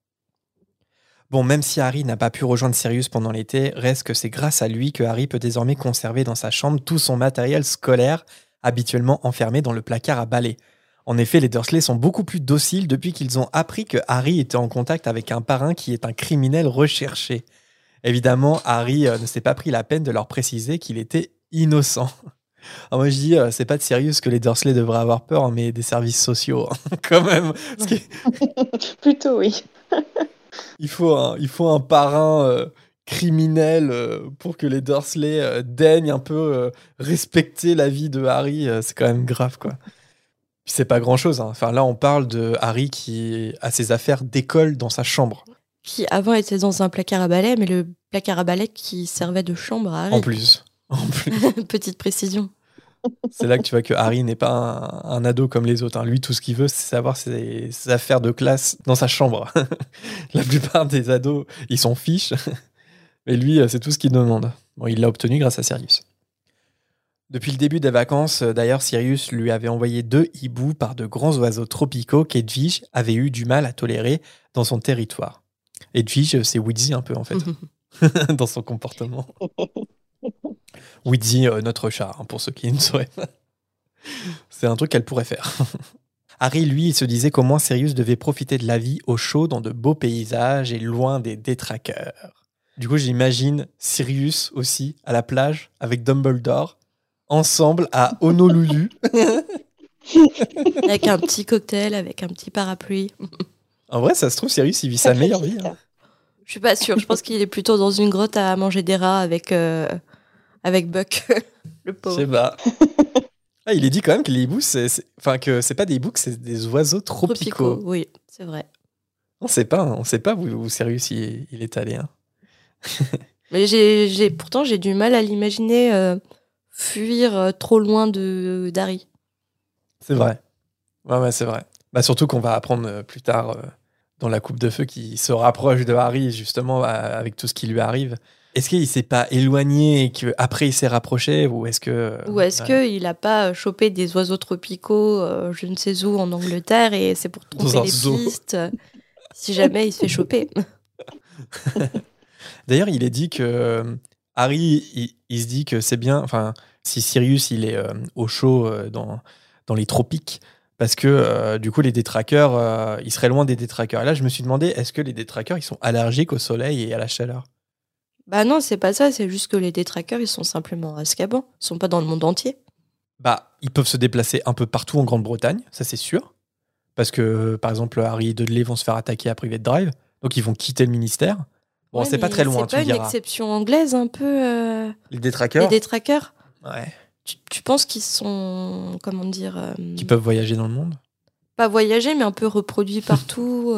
Bon, même si Harry n'a pas pu rejoindre Sirius pendant l'été, reste que c'est grâce à lui que Harry peut désormais conserver dans sa chambre tout son matériel scolaire, habituellement enfermé dans le placard à balai. En effet, les Dursley sont beaucoup plus dociles depuis qu'ils ont appris que Harry était en contact avec un parrain qui est un criminel recherché. Évidemment, Harry ne s'est pas pris la peine de leur préciser qu'il était innocent. Alors moi je dis, c'est pas de Sirius que les Dursley devraient avoir peur, mais des services sociaux, quand même. Parce que Plutôt, oui. il faut un parrain criminel pour que les Dursley daignent un peu respecter la vie de Harry. C'est quand même grave, quoi. Puis c'est pas grand-chose. Hein. Enfin, là, on parle de Harry qui a ses affaires d'école dans sa chambre. Qui avant était dans un placard à balai, mais le placard à balai qui servait de chambre à Harry. En plus. Petite précision. C'est là que tu vois que Harry n'est pas un ado comme les autres. Hein. Lui, tout ce qu'il veut, c'est savoir ses affaires de classe dans sa chambre. La plupart des ados, ils s'en fichent. Mais lui, c'est tout ce qu'il demande. Bon, il l'a obtenu grâce à Sirius. Depuis le début des vacances, d'ailleurs, Sirius lui avait envoyé 2 hiboux par de grands oiseaux tropicaux qu'Edwige avait eu du mal à tolérer dans son territoire. Edwige, c'est Weasley un peu, en fait, dans son comportement. Weasley, notre chat, hein, pour ceux qui ne sauraient pas. C'est un truc qu'elle pourrait faire. Harry, lui, il se disait qu'au moins Sirius devait profiter de la vie au chaud dans de beaux paysages et loin des détraqueurs. Du coup, j'imagine Sirius aussi à la plage avec Dumbledore, ensemble à Honolulu. Avec un petit cocktail, avec un petit parapluie. En vrai, ça se trouve, Sirius, il vit sa meilleure vie. Hein. Je suis pas sûre. Je pense qu'il est plutôt dans une grotte à manger des rats avec Buck, le pauvre. Je sais pas. Ah, il est dit quand même que les hiboux, que c'est pas des hiboux, que c'est des oiseaux tropicaux. Oui, c'est vrai. On sait pas où Sirius il est allé. Hein. Mais pourtant, j'ai du mal à l'imaginer fuir trop loin d'Harry. C'est vrai. Ouais, c'est vrai. Bah, surtout qu'on va apprendre plus tard dans la coupe de feu qu'il se rapproche de Harry, justement, avec tout ce qui lui arrive. Est-ce qu'il s'est pas éloigné et qu'après il s'est rapproché ou est-ce qu'il n'a pas chopé des oiseaux tropicaux je ne sais où en Angleterre et c'est pour tromper les pistes si jamais il se fait choper. D'ailleurs, il est dit que Harry, il se dit que c'est bien, enfin, si Sirius il est au chaud dans les tropiques, parce que du coup les détraqueurs, ils seraient loin des détraqueurs. Et là, je me suis demandé, est-ce que les détraqueurs ils sont allergiques au soleil et à la chaleur ? Bah non, c'est pas ça, c'est juste que les détraqueurs, ils sont simplement à Azkaban. Ils sont pas dans le monde entier. Bah, ils peuvent se déplacer un peu partout en Grande-Bretagne, ça c'est sûr. Parce que, par exemple, Harry et Dudley vont se faire attaquer à Private Drive, donc ils vont quitter le ministère. Bon, ouais, c'est pas très loin, tu diras. C'est pas une exception anglaise, un peu Les détraqueurs ? Les détraqueurs ? Ouais. Tu penses qu'ils sont, comment dire... Qui peuvent voyager dans le monde ? Pas voyager, mais un peu reproduits partout.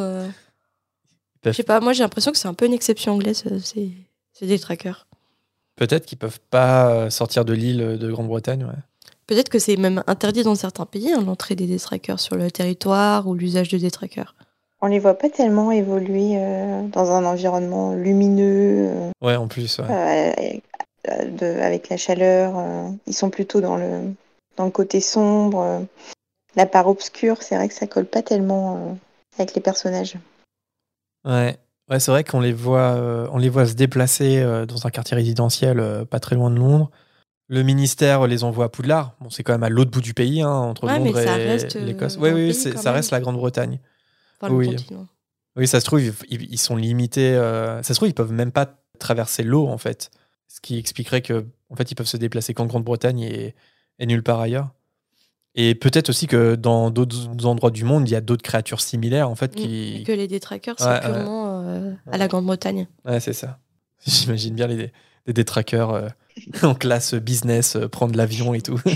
Je sais pas, moi j'ai l'impression que c'est un peu une exception anglaise, c'est des trackers. Peut-être qu'ils peuvent pas sortir de l'île de Grande-Bretagne, ouais. Peut-être que c'est même interdit dans certains pays, hein, l'entrée des détraqueurs sur le territoire ou l'usage de détraqueurs. On les voit pas tellement évoluer dans un environnement lumineux. Ouais, en plus, ouais. Avec la chaleur. Ils sont plutôt dans le côté sombre. La part obscure, c'est vrai que ça colle pas tellement avec les personnages. Ouais. Ouais, c'est vrai qu'on les voit se déplacer dans un quartier résidentiel pas très loin de Londres. Le ministère les envoie à Poudlard. Bon, c'est quand même à l'autre bout du pays, hein, entre Londres et l'Écosse. Oui, ça reste la Grande-Bretagne. Enfin, le continent. Oui, ça se trouve, ils sont limités. Ça se trouve, ils peuvent même pas traverser l'eau, en fait. Ce qui expliquerait que, en fait, ils peuvent se déplacer qu'en Grande-Bretagne et nulle part ailleurs. Et peut-être aussi que dans d'autres endroits du monde, il y a d'autres créatures similaires, en fait, qui... Que les détraqueurs, c'est purement à la Grande-Bretagne. Ouais, c'est ça. J'imagine bien des détraqueurs en classe business, prendre l'avion et tout.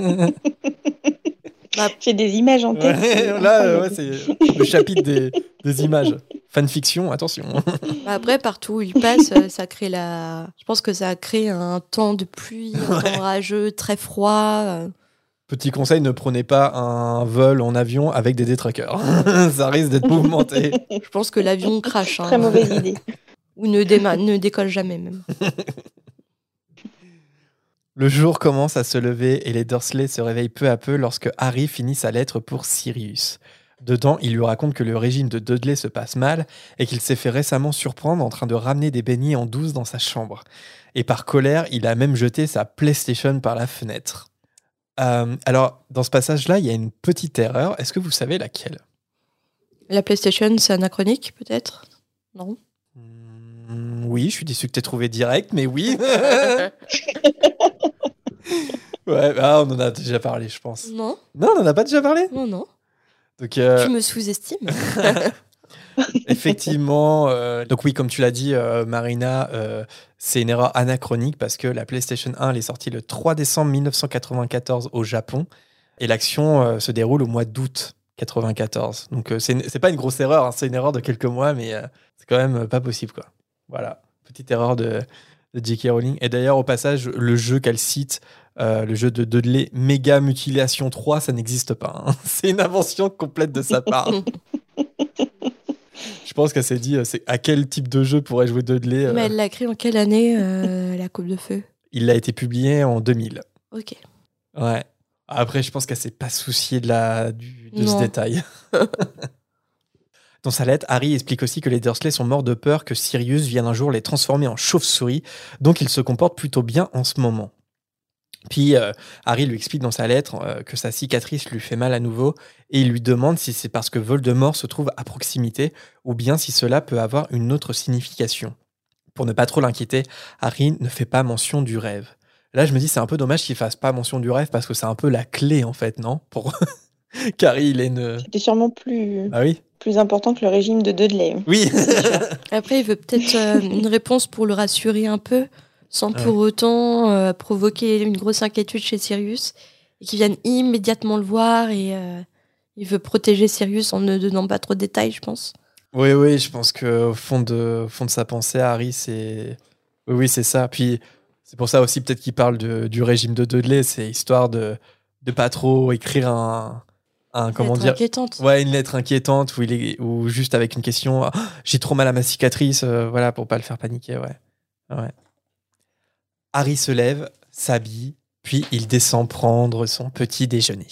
J'ai des images en tête. Là, c'est le chapitre des images. Fanfiction, attention. Après, partout où il passe, ça crée je pense que ça a créé un temps de pluie, un temps orageux, très froid. Petit conseil, ne prenez pas un vol en avion avec des détraqueurs. Ça risque d'être mouvementé. Je pense que l'avion crache. Très mauvaise idée. Ou ne décolle jamais même. Le jour commence à se lever et les Dursley se réveillent peu à peu lorsque Harry finit sa lettre pour Sirius. Dedans, il lui raconte que le régime de Dudley se passe mal et qu'il s'est fait récemment surprendre en train de ramener des beignets en douce dans sa chambre. Et par colère, il a même jeté sa PlayStation par la fenêtre. Alors, dans ce passage-là, il y a une petite erreur. Est-ce que vous savez laquelle ? La PlayStation, c'est anachronique, peut-être ? Non ? Oui, je suis déçu que tu aies trouvé direct, mais oui. Ouais, on en a déjà parlé, je pense. Non. Non, on n'en a pas déjà parlé ? Non. Donc, tu me sous-estimes. Effectivement. Donc oui, comme tu l'as dit, Marina, c'est une erreur anachronique parce que la PlayStation 1 elle est sortie le 3 décembre 1994 au Japon et l'action se déroule au mois d'août 94. Donc c'est pas une grosse erreur, hein, c'est une erreur de quelques mois, mais c'est quand même pas possible, quoi. Voilà, petite erreur de J.K. Rowling. Et d'ailleurs, au passage, le jeu qu'elle cite, le jeu de Dudley, Méga Mutilation 3, ça n'existe pas. Hein. C'est une invention complète de sa part. Je pense qu'elle s'est dit, c'est à quel type de jeu pourrait jouer Dudley Mais elle l'a créé en quelle année, la Coupe de Feu ? Il a été publié en 2000. Ok. Ouais. Après, je pense qu'elle s'est pas souciée de ce détail. Dans sa lettre, Harry explique aussi que les Dursley sont morts de peur que Sirius vienne un jour les transformer en chauves-souris, donc ils se comportent plutôt bien en ce moment. Puis Harry lui explique dans sa lettre que sa cicatrice lui fait mal à nouveau et il lui demande si c'est parce que Voldemort se trouve à proximité ou bien si cela peut avoir une autre signification. Pour ne pas trop l'inquiéter, Harry ne fait pas mention du rêve. Là, je me dis c'est un peu dommage qu'il fasse pas mention du rêve parce que c'est un peu la clé en fait, non ? Pour qu'Harry il ait une... C'était sûrement plus important que le régime de Dudley. Oui. Après, il veut peut-être une réponse pour le rassurer un peu, sans pour autant provoquer une grosse inquiétude chez Sirius, et qu'il vienne immédiatement le voir, et il veut protéger Sirius en ne donnant pas trop de détails, je pense. Oui, je pense qu'au fond de sa pensée, Harry, c'est... Oui, c'est ça. Puis c'est pour ça aussi peut-être qu'il parle du régime de Dudley, c'est histoire de pas trop écrire comment dire, inquiétante. Ouais, une lettre inquiétante ou juste avec une question, j'ai trop mal à ma cicatrice, voilà, pour pas le faire paniquer, ouais. Harry se lève, s'habille, puis il descend prendre son petit déjeuner.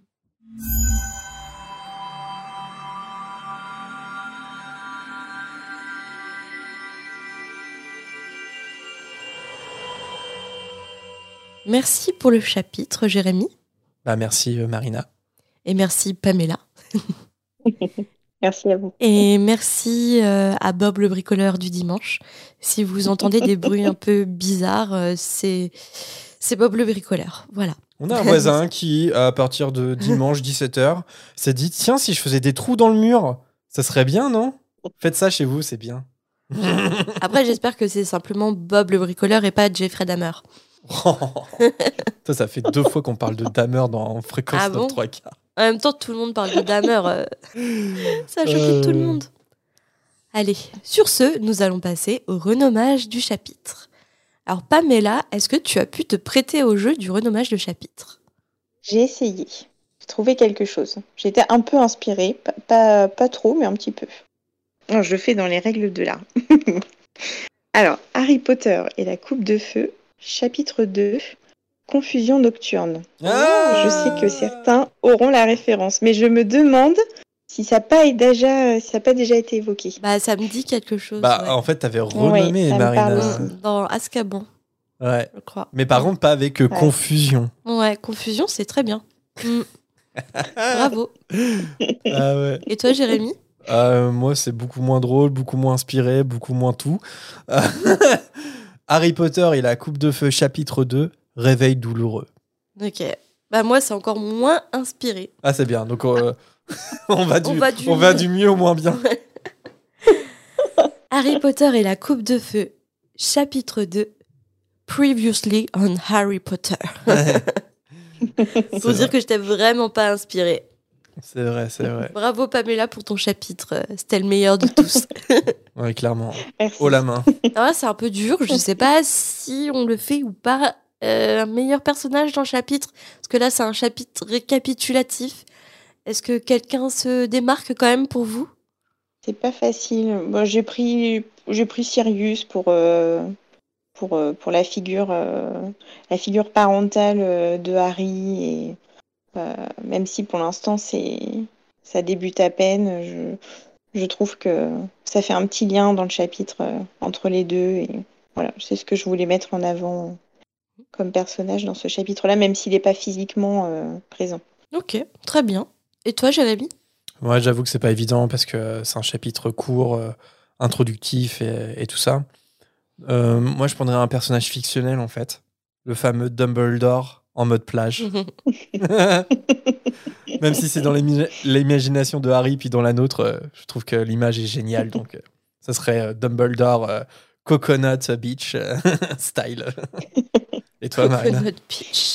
Merci pour le chapitre, Jérémy. Merci Marina. Et merci Pamela. Merci à vous. Et merci à Bob le bricoleur du dimanche. Si vous entendez des bruits un peu bizarres, c'est Bob le bricoleur. Voilà. On a un voisin qui, à partir de dimanche 17h, s'est dit « Tiens, si je faisais des trous dans le mur, ça serait bien, non ? Faites ça chez vous, c'est bien. » Après, j'espère que c'est simplement Bob le bricoleur et pas Jeffrey Dahmer. Ça fait 2 fois qu'on parle de Dahmer dans Fréquence Top 3 quarts. En même temps, tout le monde parle de Dahmer. Ça a choqué tout le monde. Allez, sur ce, nous allons passer au renommage du chapitre. Alors Pamela, est-ce que tu as pu te prêter au jeu du renommage de chapitre ? J'ai essayé. J'ai trouvé quelque chose. J'étais un peu inspirée, pas trop, mais un petit peu. Non, je le fais dans les règles de l'art. Alors, Harry Potter et la Coupe de Feu, chapitre 2, Confusion nocturne. Je sais que certains auront la référence, mais je me demande si ça n'a pas déjà été évoqué. Ça me dit quelque chose. En fait, t'avais renommé Marina. Dans Azkaban. Ouais. Je crois. Mais par contre, pas avec confusion. Ouais, confusion, c'est très bien. Bravo. Ouais. Et toi, Jérémy ? Moi, c'est beaucoup moins drôle, beaucoup moins inspiré, beaucoup moins tout. Harry Potter et la Coupe de Feu, chapitre 2, Réveil douloureux. Ok. Moi, c'est encore moins inspiré. Ah, c'est bien. Donc, on va du mieux au moins bien. Harry Potter et la Coupe de Feu, chapitre 2, Previously on Harry Potter. Faut dire que je t'ai vraiment pas inspirée. C'est vrai. Bravo Pamela pour ton chapitre, c'était le meilleur de tous. Ouais, clairement. Merci. Haut la main. Alors là, c'est un peu dur, je sais pas si on le fait ou pas. Un meilleur personnage dans le chapitre, parce que là c'est un chapitre récapitulatif. Est-ce que quelqu'un se démarque quand même pour vous? C'est pas facile. Bon, j'ai pris Sirius pour la figure parentale de Harry et même si pour l'instant ça débute à peine, je trouve que ça fait un petit lien dans le chapitre entre les deux et voilà, c'est ce que je voulais mettre en avant comme personnage dans ce chapitre-là, même s'il n'est pas physiquement présent. Ok, très bien. Et toi, Jérémy? Ouais, j'avoue que c'est pas évident parce que c'est un chapitre court, introductif et tout ça. Moi, je prendrais un personnage fictionnel, en fait. Le fameux Dumbledore en mode plage. Même si c'est dans l'imagination de Harry, puis dans la nôtre, je trouve que l'image est géniale. Donc, ça serait Dumbledore Coconut Beach style. Et toi, Marina? Coconut Beach.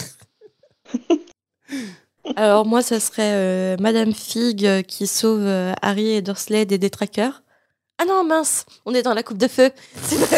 Alors moi, ça serait Madame Fig qui sauve Harry et Dursley des détraqueurs. Ah non, mince, on est dans la coupe de feu. C'est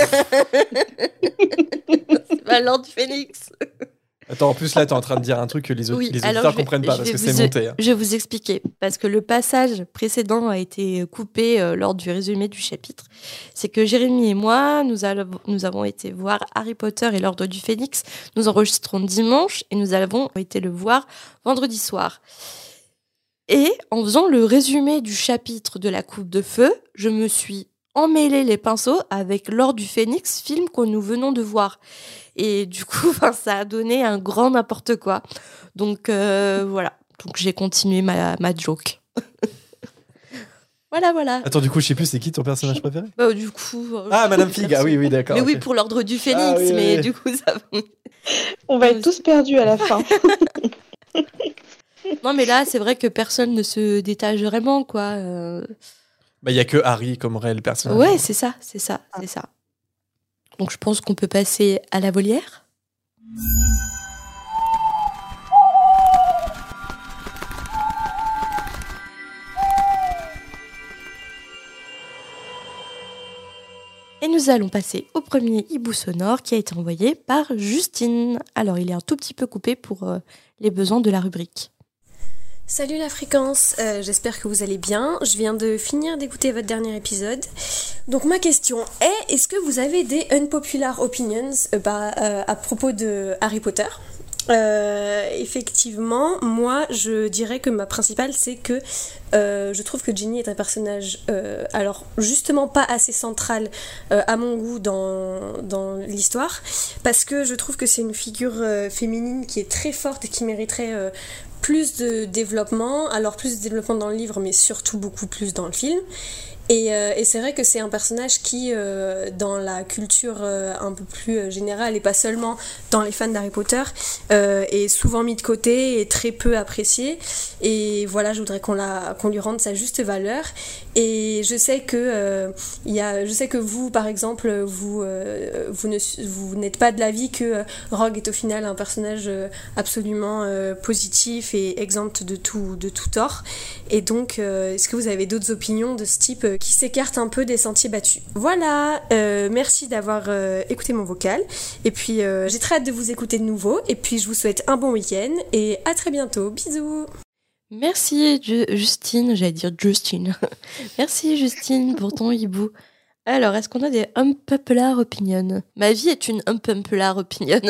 pas Lord Phoenix. Attends, en plus là, t'es en train de dire un truc que les auditeurs comprennent pas parce que c'est monté. Hein. Je vais vous expliquer, parce que le passage précédent a été coupé lors du résumé du chapitre. C'est que Jérémy et moi, nous avons été voir Harry Potter et l'Ordre du Phénix. Nous enregistrons dimanche et nous avons été le voir vendredi soir. Et en faisant le résumé du chapitre de la coupe de feu, je me suis emmêlé les pinceaux avec l'Ordre du Phénix, film que nous venons de voir. Et du coup, ça a donné un grand n'importe quoi. Donc voilà. Donc j'ai continué ma joke. Voilà. Attends, du coup, je sais plus, c'est qui ton personnage préféré? Du coup. Ah, Madame Fig. Ah oui, d'accord. Mais okay. oui, pour l'Ordre du Phénix, oui, mais oui. du coup, ça. On va être tous perdus à la fin. Non, mais là, c'est vrai que personne ne se détache vraiment, quoi. Bah, il y a que Harry comme réel personnage. Ouais, c'est ça. Donc je pense qu'on peut passer à la volière. Et nous allons passer au premier hibou sonore qui a été envoyé par Justine. Alors il est un tout petit peu coupé pour les besoins de la rubrique. Salut la fréquence, j'espère que vous allez bien. Je viens de finir d'écouter votre dernier épisode. Donc ma question est, est-ce que vous avez des unpopular opinions à propos de Harry Potter ? Effectivement, moi je dirais que ma principale c'est que je trouve que Ginny est un personnage alors justement pas assez central à mon goût dans l'histoire, parce que je trouve que c'est une figure féminine qui est très forte et qui mériterait plus de développement, alors plus de développement dans le livre mais surtout beaucoup plus dans le film. Et c'est vrai que c'est un personnage qui, dans la culture un peu plus générale et pas seulement dans les fans d'Harry Potter, est souvent mis de côté et très peu apprécié. Et voilà, je voudrais qu'on lui rende sa juste valeur. Et je sais que vous, par exemple, vous n'êtes pas de l'avis que Rogue est au final un personnage absolument positif et exempt de tout tort. Et donc, est-ce que vous avez d'autres opinions de ce type qui s'écartent un peu des sentiers battus? Voilà, merci d'avoir écouté mon vocal. Et puis, j'ai très hâte de vous écouter de nouveau. Et puis, je vous souhaite un bon week-end et à très bientôt. Bisous! Merci Justine, j'allais dire Justine. Merci Justine pour ton hibou. Alors, est-ce qu'on a des unpopular opinions? Ma vie est une unpopular opinion.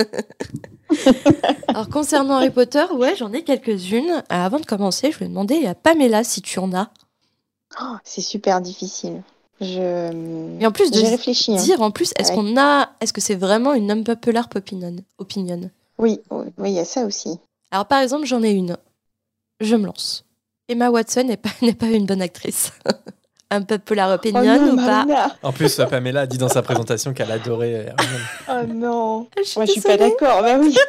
Alors, concernant Harry Potter, ouais, j'en ai quelques-unes. Avant de commencer, je vais demander à Pamela si tu en as. Oh, c'est super difficile. Et en plus j'ai réfléchi. Dire en plus, est-ce que c'est vraiment une unpopular opinion? Oui, il y a ça aussi. Alors, par exemple, j'en ai une. Je me lance. Emma Watson n'est pas une bonne actrice. Unpopular opinion non, ou pas? En plus, Pamela a dit dans sa présentation qu'elle adorait Hermione. Oh non, Moi, je suis pas d'accord. Bah oui.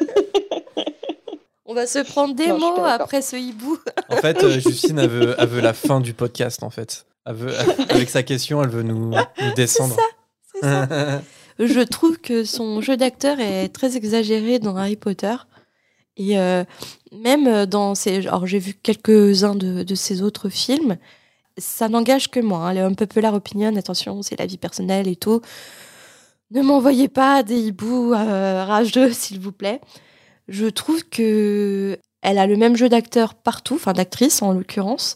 On va se prendre des mots après ce hibou. En fait, Justine, elle veut la fin du podcast, en fait. Avec sa question, elle veut nous descendre. C'est ça. Je trouve que son jeu d'acteur est très exagéré dans Harry Potter. Et même dans ses... Alors, j'ai vu quelques-uns de ses autres films. Ça n'engage que moi. Hein. Les unpopular opinion, attention, c'est la vie personnelle et tout. Ne m'envoyez pas des hiboux rageux, s'il vous plaît. Je trouve que elle a le même jeu d'acteur partout, enfin d'actrice en l'occurrence.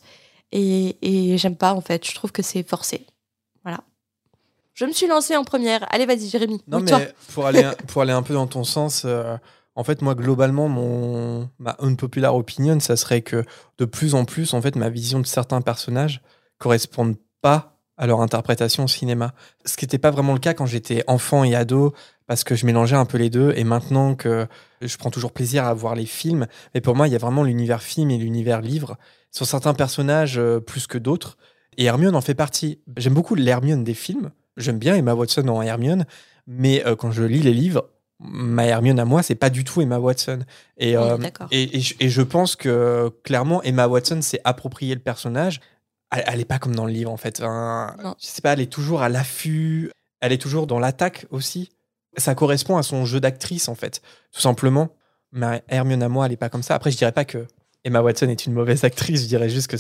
Et j'aime pas, en fait. Je trouve que c'est forcé. Voilà. Je me suis lancée en première. Allez, vas-y, Jérémy. Non, toi. mais pour aller un peu dans ton sens, en fait, moi, globalement, ma unpopular opinion, ça serait que de plus en plus, en fait, ma vision de certains personnages correspondent pas à leur interprétation au cinéma. Ce qui n'était pas vraiment le cas quand j'étais enfant et ado, parce que je mélangeais un peu les deux. Et maintenant que je prends toujours plaisir à voir les films, mais pour moi, il y a vraiment l'univers film et l'univers livre. Sur certains personnages, plus que d'autres. Et Hermione en fait partie. J'aime beaucoup l'Hermione des films. J'aime bien Emma Watson en Hermione. Mais quand je lis les livres, ma Hermione à moi, c'est pas du tout Emma Watson. Et, D'accord. et je pense que, clairement, Emma Watson s'est approprié le personnage. Elle est pas comme dans le livre, en fait. Je sais pas, elle est toujours à l'affût. Elle est toujours dans l'attaque aussi. Ça correspond à son jeu d'actrice, en fait. Tout simplement. Ma Hermione à moi, elle est pas comme ça. Après, je dirais pas que Emma Watson est une mauvaise actrice. Je dirais juste que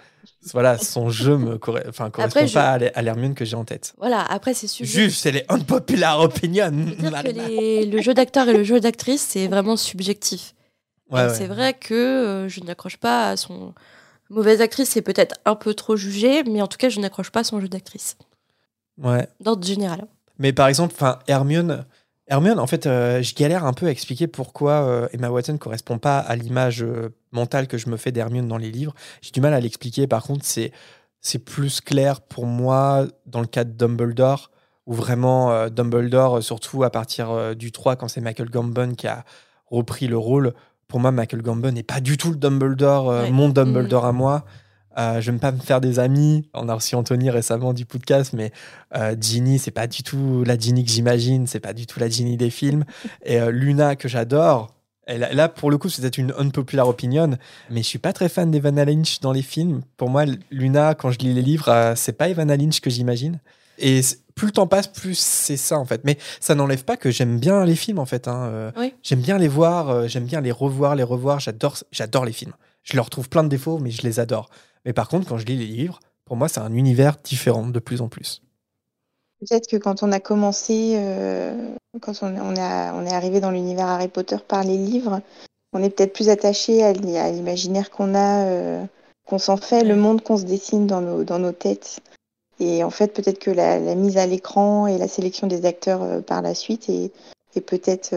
son jeu me correspond pas à l'Hermione que j'ai en tête. Voilà, après, c'est subjectif. Juste, c'est les unpopular opinions. Le jeu d'acteur et le jeu d'actrice, c'est vraiment subjectif. Ouais. C'est vrai que je n'accroche pas à son... Mauvaise actrice, c'est peut-être un peu trop jugé, mais en tout cas, je n'accroche pas à son jeu d'actrice. Ouais. D'ordre général. Mais par exemple, Hermione, en fait, je galère un peu à expliquer pourquoi Emma Watson ne correspond pas à l'image mentale que je me fais d'Hermione dans les livres. J'ai du mal à l'expliquer. Par contre, c'est plus clair pour moi dans le cas de Dumbledore, où vraiment Dumbledore, surtout à partir du 3, quand c'est Michael Gambon qui a repris le rôle. Pour moi, Michael Gambon n'est pas du tout le Dumbledore, mon Dumbledore à moi. Je n'aime pas me faire des amis. On a reçu Anthony récemment du podcast, mais Ginny, c'est pas du tout la Ginny que j'imagine, c'est pas du tout la Ginny des films. Et Luna, que j'adore, là, pour le coup, c'est peut-être une unpopular opinion, mais je suis pas très fan d'Evanna Lynch dans les films. Pour moi, Luna, quand je lis les livres, c'est pas Evanna Lynch que j'imagine. Et plus le temps passe, plus c'est ça, en fait. Mais ça n'enlève pas que j'aime bien les films, en fait. Oui. J'aime bien les voir, j'aime bien les revoir. J'adore les films. Je leur trouve plein de défauts, mais je les adore. Mais par contre, quand je lis les livres, pour moi, c'est un univers différent de plus en plus. Peut-être que quand on a commencé, quand on est arrivé dans l'univers Harry Potter par les livres, on est peut-être plus attaché à l'imaginaire qu'on s'en fait, le monde qu'on se dessine dans nos têtes. Et en fait, peut-être que la mise à l'écran et la sélection des acteurs par la suite est peut-être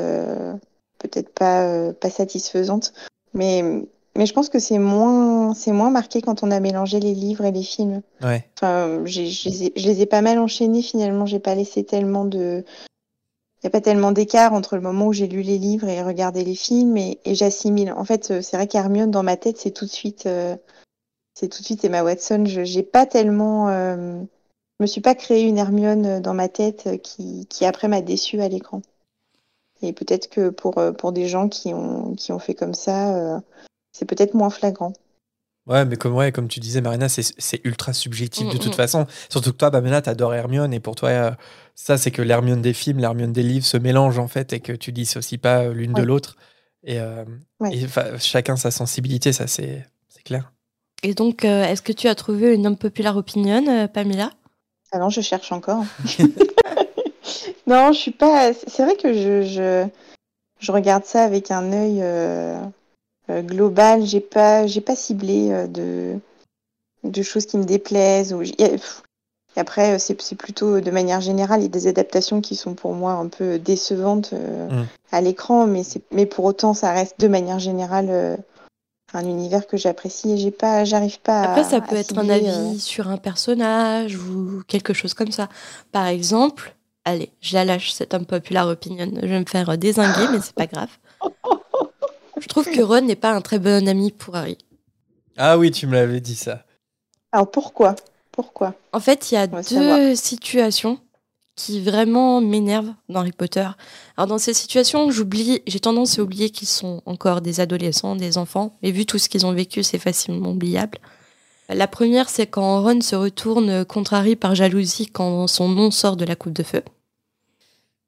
pas satisfaisante. Mais je pense que c'est moins marqué quand on a mélangé les livres et les films. Ouais. Enfin, je les ai pas mal enchaînés finalement. J'ai pas laissé tellement de... Il n'y a pas tellement d'écart entre le moment où j'ai lu les livres et regardé les films et j'assimile. En fait, c'est vrai qu'Hermione, dans ma tête, c'est tout de suite Emma Watson. J'ai pas tellement... je me suis pas créé une Hermione dans ma tête qui après m'a déçue à l'écran. Et peut-être que pour des gens qui ont fait comme ça, c'est peut-être moins flagrant. Ouais, mais comme tu disais, Marina, c'est ultra subjectif de toute façon. Surtout que toi, Pamela, t'adores Hermione, et pour toi, ça, c'est que l'Hermione des films, l'Hermione des livres se mélangent, en fait, et que tu dissocies pas l'une de l'autre. Et chacun sa sensibilité, ça, c'est clair. Et donc, est-ce que tu as trouvé une unpopular opinion, Pamela ? Ah non, je cherche encore. Non, je suis pas... C'est vrai que je regarde ça avec un œil... global, j'ai pas ciblé de choses qui me déplaisent. Et après, c'est plutôt de manière générale, il y a des adaptations qui sont pour moi un peu décevantes à l'écran, mais pour autant, ça reste de manière générale un univers que j'apprécie et j'arrive pas Après, ça peut à être un cibler, avis sur un personnage ou quelque chose comme ça. Par exemple, allez, je la lâche, cette unpopular opinion. Je vais me faire dézinguer, mais c'est pas grave. Je trouve que Ron n'est pas un très bon ami pour Harry. Ah oui, tu me l'avais dit ça. Alors pourquoi ? En fait, il y a deux situations qui vraiment m'énervent dans Harry Potter. Alors dans ces situations, j'ai tendance à oublier qu'ils sont encore des adolescents, des enfants, et vu tout ce qu'ils ont vécu, c'est facilement oubliable. La première, c'est quand Ron se retourne contre Harry par jalousie quand son nom sort de la coupe de feu.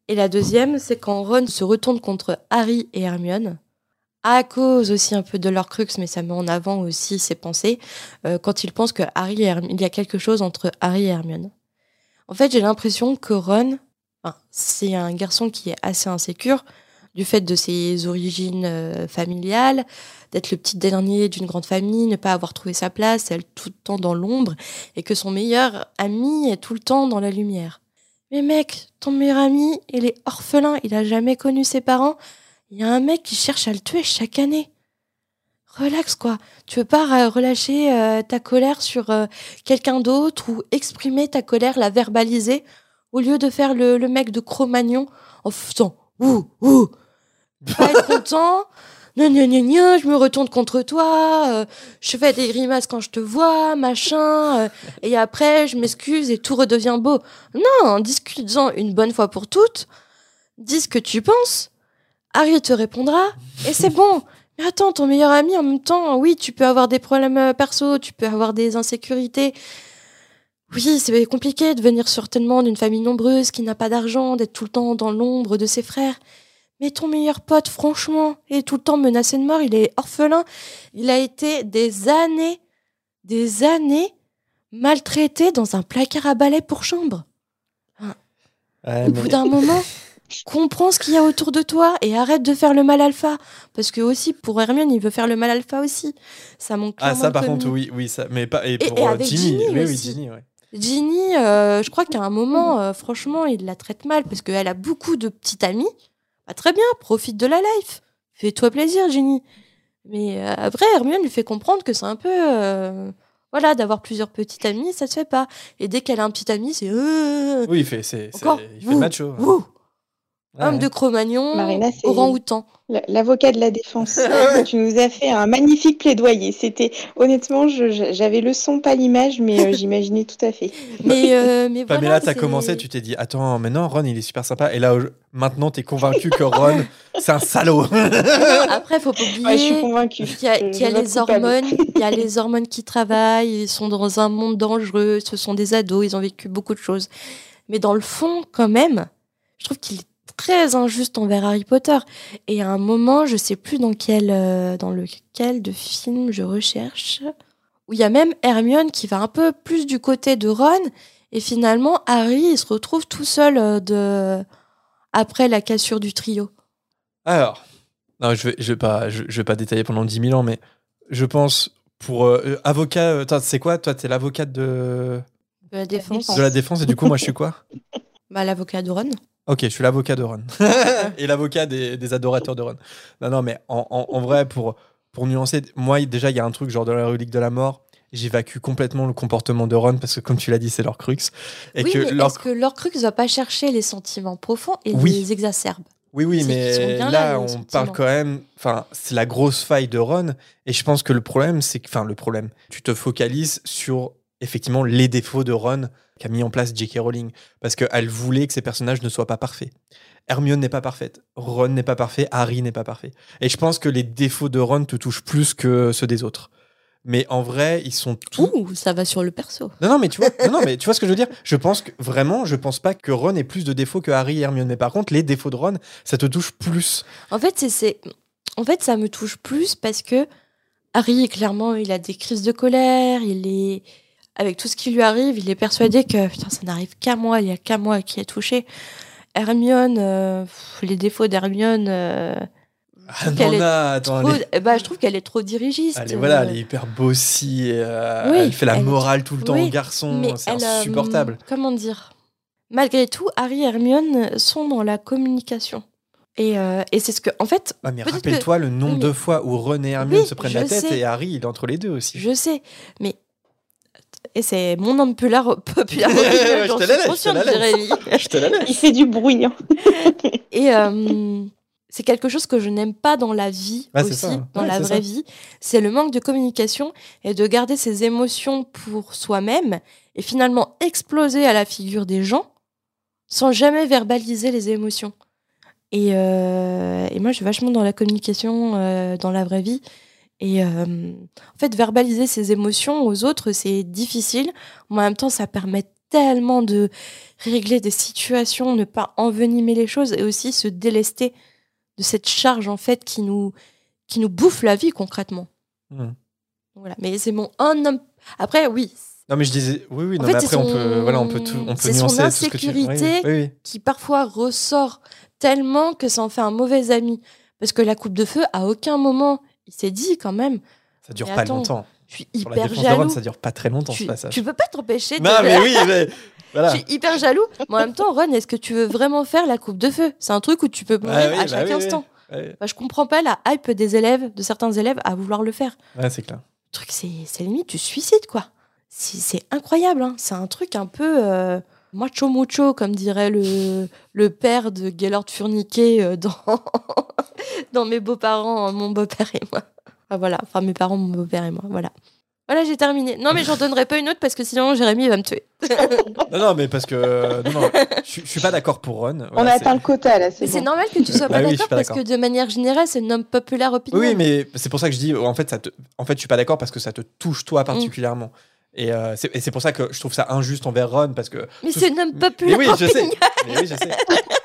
Et la deuxième, c'est quand Ron se retourne contre Harry et Hermione, à cause aussi un peu de leur crux, mais ça met en avant aussi ses pensées, quand il pense que il y a quelque chose entre Harry et Hermione. En fait, j'ai l'impression que Ron, c'est un garçon qui est assez insécure, du fait de ses origines familiales, d'être le petit dernier d'une grande famille, ne pas avoir trouvé sa place, être tout le temps dans l'ombre, et que son meilleur ami est tout le temps dans la lumière. Mais mec, ton meilleur ami, il est orphelin, il a jamais connu ses parents. Il y a un mec qui cherche à le tuer chaque année. Relax, quoi. Tu veux pas relâcher ta colère sur quelqu'un d'autre ou exprimer ta colère, la verbaliser, au lieu de faire le mec de Cro-Magnon en faisant « ouh ». Pas être content, je me retourne contre toi, je fais des grimaces quand je te vois, machin, et après je m'excuse et tout redevient beau. Non, discute-en une bonne fois pour toutes, dis ce que tu penses, Harry te répondra, et c'est bon. Mais attends, ton meilleur ami, en même temps, oui, tu peux avoir des problèmes perso, tu peux avoir des insécurités. Oui, c'est compliqué de venir certainement d'une famille nombreuse qui n'a pas d'argent, d'être tout le temps dans l'ombre de ses frères. Mais ton meilleur pote, franchement, il est tout le temps menacé de mort, il est orphelin. Il a été des années, maltraité dans un placard à balai pour chambre. Au bout d'un moment, comprends ce qu'il y a autour de toi et arrête de faire le mal alpha. Parce que aussi, pour Hermione, il veut faire le mal alpha aussi. Ça manque clairement ça, par de contre, oui, ça. Mais pas. Et pour avec Ginny, Ginny oui, aussi. Ginny, ouais. Ginny, je crois qu'à un moment, franchement, il la traite mal parce qu'elle a beaucoup de petits amis. Bah, très bien, profite de la life. Fais-toi plaisir, Ginny. Mais après, Hermione lui fait comprendre que c'est un peu... d'avoir plusieurs petits amis, ça se fait pas. Et dès qu'elle a un petit ami, c'est... Oui, il fait macho. Homme de Cro-Magnon, Marina, c'est orang-outan. l'avocat de la défense. Tu nous as fait un magnifique plaidoyer. C'était honnêtement, j'avais le son, pas l'image, mais j'imaginais tout à fait. Mais Pamela, voilà, t'as commencé, tu t'es dit attends, mais non, Ron, il est super sympa. Et là, maintenant, t'es convaincu que Ron, c'est un salaud. Non, après, faut pas oublier Je suis convaincue. qu'il y a les hormones. Il y a les hormones qui travaillent. Ils sont dans un monde dangereux. Ce sont des ados. Ils ont vécu beaucoup de choses. Mais dans le fond, quand même, je trouve qu'il est très injuste envers Harry Potter. Et à un moment, je sais plus dans lequel de film je recherche, où il y a même Hermione qui va un peu plus du côté de Ron, et finalement Harry il se retrouve tout seul après la cassure du trio. Alors, non, je vais pas détailler pendant 10 000 ans, mais je pense pour avocat, c'est quoi? Toi, t'es l'avocate de la défense. De la défense, et du coup, moi, je suis quoi? L'avocat de Ron. Ok, je suis l'avocat de Ron. Et l'avocat des adorateurs de Ron. Non, mais en vrai, pour nuancer, moi, déjà, il y a un truc, genre dans la relique de la mort, j'évacue complètement le comportement de Ron, parce que comme tu l'as dit, c'est leur crux. Et oui, que mais est-ce que leur crux ne va pas chercher les sentiments profonds et les exacerbe? Oui, mais là, on parle quand même... Enfin, c'est la grosse faille de Ron, et je pense que le problème, c'est que... Enfin, le problème, tu te focalises sur, effectivement, les défauts de Ron qu'a mis en place J.K. Rowling, parce qu'elle voulait que ces personnages ne soient pas parfaits. Hermione n'est pas parfaite, Ron n'est pas parfait, Harry n'est pas parfait. Et je pense que les défauts de Ron te touchent plus que ceux des autres. Mais en vrai, ils sont tous... Ouh, ça va sur le perso. Non, mais tu vois ce que je veux dire. Je pense pas que Ron ait plus de défauts que Harry et Hermione. Mais par contre, les défauts de Ron, ça te touche plus. En fait, ça me touche plus parce que Harry, clairement, il a des crises de colère, avec tout ce qui lui arrive, il est persuadé que putain, ça n'arrive qu'à moi, il y a qu'à moi qui est touché. Hermione, les défauts d'Hermione, je trouve qu'elle est trop dirigiste. Elle est hyper bossy, elle fait la morale tout le temps aux garçons, c'est insupportable. Comment dire ? Malgré tout, Harry et Hermione sont dans la communication. Et c'est ce que, en fait... mais rappelle-toi le nombre de fois où Ron et Hermione se prennent la tête, et Harry, il est entre les deux aussi. Je sais, mais... Et c'est mon homme populaire. Je te la laisse. Il fait du bruit. Hein. Et c'est quelque chose que je n'aime pas dans la vie dans la vraie vie. C'est le manque de communication et de garder ses émotions pour soi-même et finalement exploser à la figure des gens sans jamais verbaliser les émotions. Et moi, je suis vachement dans la communication dans la vraie vie. Et en fait, verbaliser ses émotions aux autres, c'est difficile. Mais en même temps, ça permet tellement de régler des situations, ne pas envenimer les choses et aussi se délester de cette charge en fait qui nous bouffe la vie concrètement. Voilà, mais c'est mon un homme. Après, oui. Non, mais je disais, oui, En non, fait, mais c'est après, on peut c'est nuancer son tout ce que tu... insécurité Oui. qui parfois ressort tellement que ça en fait un mauvais ami. Parce que la coupe de feu, à aucun moment, il s'est dit quand même. Ça dure Mais pas attends, longtemps. Je suis Sur la hyper défense de Ron, jaloux. ça dure pas très longtemps, ce passage. Tu peux pas t'empêcher de. Non, mais oui, mais... Voilà. Je suis hyper jaloux. Mais en même temps, Ron, est-ce que tu veux vraiment faire la coupe de feu ? C'est un truc où tu peux mourir à chaque instant. Ouais. Bah, je comprends pas la hype de certains élèves à vouloir le faire. Ouais, c'est clair. Le truc, c'est limite du suicide, quoi. C'est incroyable, hein. C'est un truc un peu macho mucho, comme dirait le père de Gaylord Furniquet dans Mes beaux-parents, mon beau-père et moi. Ah, voilà, enfin mes parents, mon beau-père et moi, voilà. Voilà, j'ai terminé. Non, mais j'en donnerai pas une autre parce que sinon Jérémy va me tuer. Non, mais parce que... Non, je suis pas d'accord pour Ron. Voilà, on a atteint le quota, là, c'est Mais bon. c'est normal que tu sois pas Bah oui, je d'accord suis pas parce d'accord. que de manière générale, c'est une homme populaire opinion. Oui, mais c'est pour ça que je dis, en fait, je suis pas d'accord parce que ça te touche toi particulièrement. Et c'est pour ça que je trouve ça injuste envers Ron parce que... Mais c'est une homme populaire Mais oui, je sais. opinion. Mais oui, je sais.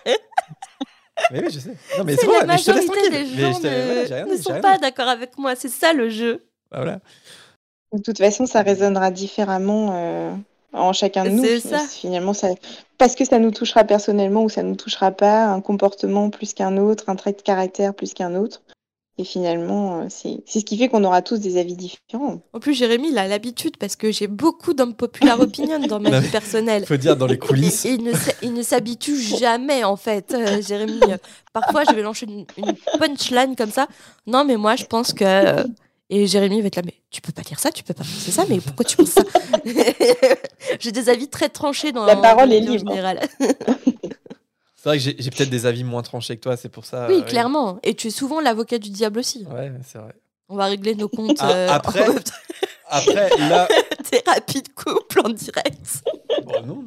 Mais oui, je sais. Non, mais C'est bon, la mais je te laisse majorité tranquille. des gens ne sont pas d'accord avec moi. C'est ça le jeu. Bah, voilà. De toute façon, ça résonnera différemment en chacun de nous. C'est ça. Finalement, parce que ça nous touchera personnellement ou ça nous touchera pas, un comportement plus qu'un autre, un trait de caractère plus qu'un autre. Et finalement, c'est ce qui fait qu'on aura tous des avis différents. En plus, Jérémy, il a l'habitude parce que j'ai beaucoup d'hommes populaires opinion dans ma vie personnelle. Faut dire dans les coulisses. Et il ne s'habitue jamais, en fait, Jérémy. Parfois, je vais lancer une punchline comme ça. Non, mais moi, je pense que... Et Jérémy va être là, mais tu peux pas dire ça, tu peux pas penser ça, mais pourquoi tu penses ça? J'ai des avis très tranchés dans La parole est vie en libre. général. C'est vrai que j'ai peut-être des avis moins tranchés que toi, c'est pour ça. Oui, clairement. Et tu es souvent l'avocat du diable aussi. Ouais, c'est vrai. On va régler nos comptes. Après, là... Thérapie de couple en direct. Bon, non.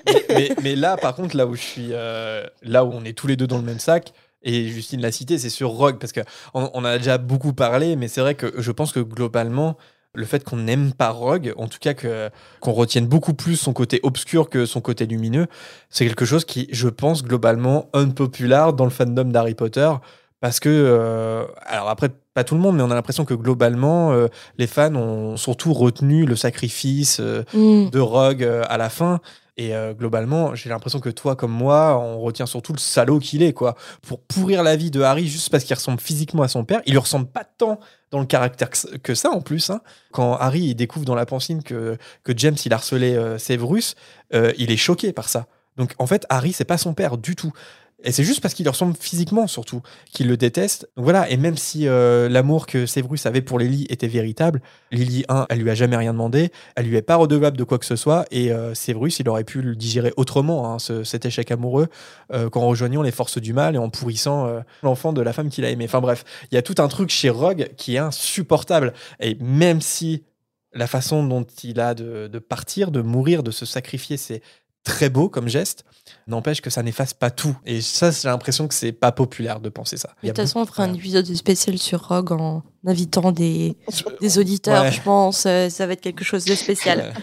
Mais là, par contre, là où je suis, là où on est tous les deux dans le même sac, et Justine l'a cité, c'est sur Rogue, parce qu'on a déjà beaucoup parlé, mais c'est vrai que je pense que globalement, le fait qu'on n'aime pas Rogue, en tout cas qu'on retienne beaucoup plus son côté obscur que son côté lumineux, c'est quelque chose qui, je pense, globalement unpopular dans le fandom d'Harry Potter, parce que, alors après, pas tout le monde, mais on a l'impression que globalement, les fans ont surtout retenu le sacrifice de Rogue à la fin. Et globalement, j'ai l'impression que toi comme moi, on retient surtout le salaud qu'il est, quoi. Pour pourrir la vie de Harry juste parce qu'il ressemble physiquement à son père. Il lui ressemble pas tant dans le caractère que ça, en plus. Hein. Quand Harry il découvre dans la pancine que James il harcelait Severus, il est choqué par ça. Donc en fait, Harry, c'est pas son père du tout. Et c'est juste parce qu'il lui ressemble physiquement, surtout, qu'il le déteste. Donc voilà, et même si l'amour que Severus avait pour Lily était véritable, Lily, elle lui a jamais rien demandé, elle lui est pas redevable de quoi que ce soit, et Severus, il aurait pu le digérer autrement, hein, cet échec amoureux, qu'en rejoignant les forces du mal et en pourrissant l'enfant de la femme qu'il a aimé. Enfin bref, il y a tout un truc chez Rogue qui est insupportable. Et même si la façon dont il a de partir, de mourir, de se sacrifier, c'est très beau comme geste, n'empêche que ça n'efface pas tout. Et ça, j'ai l'impression que c'est pas populaire de penser ça. De toute façon, on fera un épisode spécial sur Rogue en invitant des auditeurs, je pense. Ça va être quelque chose de spécial.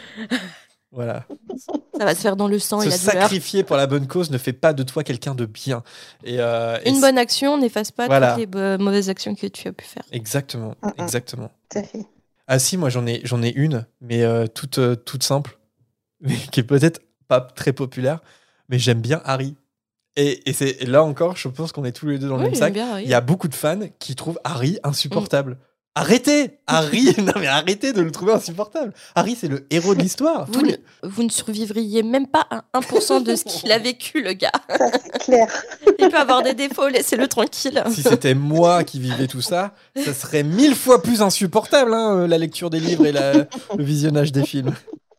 Voilà. Ça va se faire dans le sang et la douleur. Se sacrifier pour la bonne cause ne fait pas de toi quelqu'un de bien. Une bonne action n'efface pas toutes les mauvaises actions que tu as pu faire. Exactement, exactement. Tout à fait. Ah si, moi j'en ai une, mais toute simple, mais qui est peut-être pas très populaire, mais j'aime bien Harry. Et c'est là encore, je pense qu'on est tous les deux dans le même sac. Il y a beaucoup de fans qui trouvent Harry insupportable. Arrêtez Harry, non mais arrêtez de le trouver insupportable. Harry, c'est le héros de l'histoire. Vous ne survivriez même pas à 1% de ce qu'il a vécu, le gars. Ça, c'est clair. Il peut avoir des défauts, laissez-le tranquille. Si c'était moi qui vivais tout ça, ça serait 1000 fois plus insupportable, hein, la lecture des livres et le visionnage des films.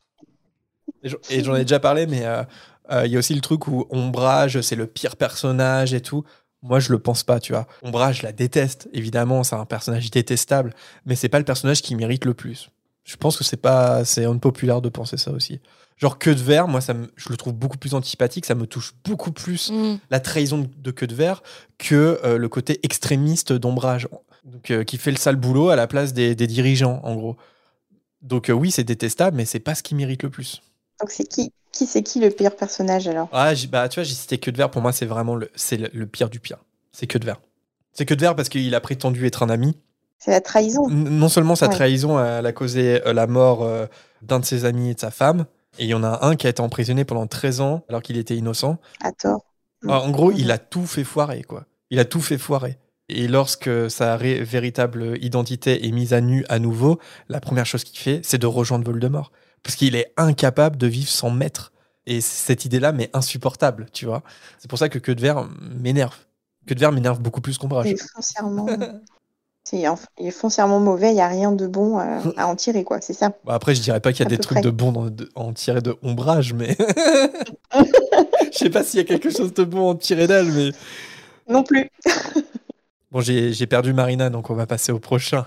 Et j'en ai déjà parlé, mais il y a aussi le truc où Ombrage, c'est le pire personnage et tout. Moi, je le pense pas, tu vois. Ombrage, je la déteste, évidemment, c'est un personnage détestable, mais c'est pas le personnage qui mérite le plus. Je pense que c'est unpopular de penser ça aussi. Genre Queue de Verre, moi, je le trouve beaucoup plus antipathique, ça me touche beaucoup plus la trahison de Queue de Verre que le côté extrémiste d'Ombrage, donc qui fait le sale boulot à la place des dirigeants, en gros. Donc oui, c'est détestable, mais c'est pas ce qui mérite le plus. Donc c'est qui le pire personnage alors? Ah, tu vois, j'ai cité Queue de Verre. Pour moi, c'est vraiment le pire du pire. C'est Queue de Verre. C'est Queue de Verre parce qu'il a prétendu être un ami. C'est la trahison. Non seulement sa Ouais. trahison, elle a causé la mort d'un de ses amis et de sa femme. Et il y en a un qui a été emprisonné pendant 13 ans alors qu'il était innocent. À tort. En gros, Mhm. il a tout fait foirer, quoi. Il a tout fait foirer. Et lorsque sa véritable identité est mise à nu à nouveau, la première chose qu'il fait, c'est de rejoindre Voldemort. Parce qu'il est incapable de vivre sans maître. Et cette idée-là m'est insupportable, tu vois. C'est pour ça que Queue de Verre m'énerve. Queue de Verre m'énerve beaucoup plus qu'Ombrage. Il est foncièrement... il est foncièrement mauvais, il n'y a rien de bon à en tirer, quoi, c'est ça. Bon, après, je dirais pas qu'il y a À des peu trucs près. de bons à en tirer de Ombrage, mais... Je sais pas s'il y a quelque chose de bon à en tirer d'elle, mais... Non plus. Bon, j'ai perdu Marina, donc on va passer au prochain.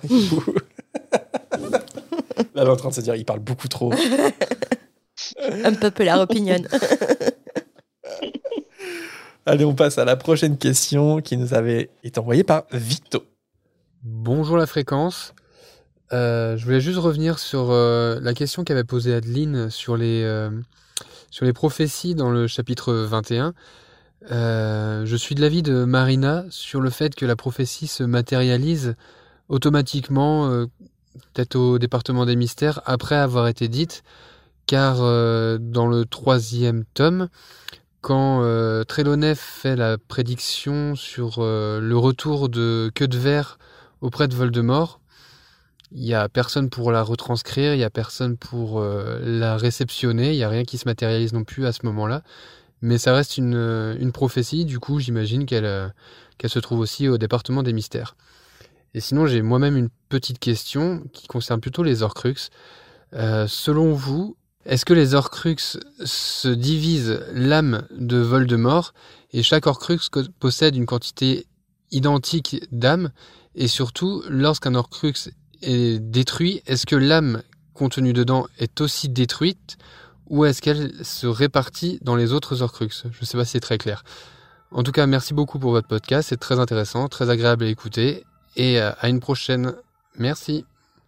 Là, elle est en train de se dire, il parle beaucoup trop. Unpopular opinion. Allez, on passe à la prochaine question qui nous avait été envoyée par Victo. Bonjour la fréquence. Je voulais juste revenir sur la question qu'avait posée Adeline sur les prophéties dans le chapitre 21. Je suis de l'avis de Marina sur le fait que la prophétie se matérialise automatiquement, peut-être au département des mystères, après avoir été dite, car dans le 3e tome, quand Trelawney fait la prédiction sur le retour de Queue de Verre auprès de Voldemort, il n'y a personne pour la retranscrire, il n'y a personne pour la réceptionner, il n'y a rien qui se matérialise non plus à ce moment-là. Mais ça reste une prophétie, du coup j'imagine qu'elle se trouve aussi au département des mystères. Et sinon j'ai moi-même une petite question qui concerne plutôt les Horcruxes. Selon vous, est-ce que les Horcruxes se divisent l'âme de Voldemort et chaque Horcrux possède une quantité identique d'âme? Et surtout, lorsqu'un Horcrux est détruit, est-ce que l'âme contenue dedans est aussi détruite ou est-ce qu'elle se répartit dans les autres Horcruxes? Je ne sais pas si c'est très clair. En tout cas, merci beaucoup pour votre podcast, c'est très intéressant, très agréable à écouter et à une prochaine. Merci.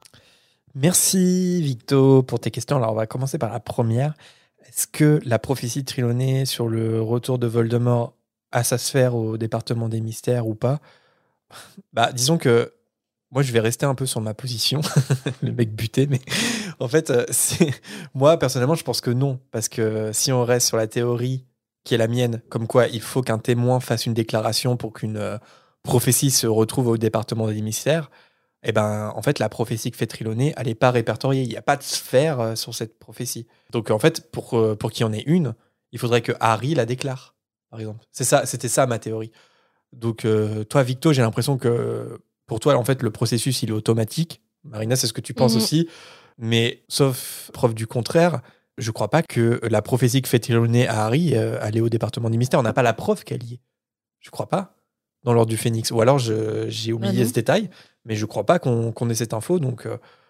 Merci Victo pour tes questions. Alors on va commencer par la première. Est-ce que la prophétie de Trelawney sur le retour de Voldemort a sa sphère au département des mystères ou pas? Bah disons que moi je vais rester un peu sur ma position, le mec buté, mais en fait moi personnellement je pense que non, parce que si on reste sur la théorie qui est la mienne, comme quoi il faut qu'un témoin fasse une déclaration pour qu'une prophétie se retrouve au département des mystères, eh ben, en fait, la prophétie que fait Trelawney, elle n'est pas répertoriée. Il n'y a pas de sphère sur cette prophétie. Donc, en fait, pour qu'il y en ait une, il faudrait que Harry la déclare, par exemple. C'était ça ma théorie. Donc, toi, Victo, j'ai l'impression que pour toi, en fait, le processus, il est automatique. Marina, c'est ce que tu penses aussi. Mais, sauf preuve du contraire, je ne crois pas que la prophétie que fait Trelawney à Harry, elle est au département du mystère. On n'a pas la preuve qu'elle y est. Je ne crois pas. Dans l'ordre du Phénix. Ou alors, j'ai oublié ce détail. Mais je crois pas qu'on ait cette info, donc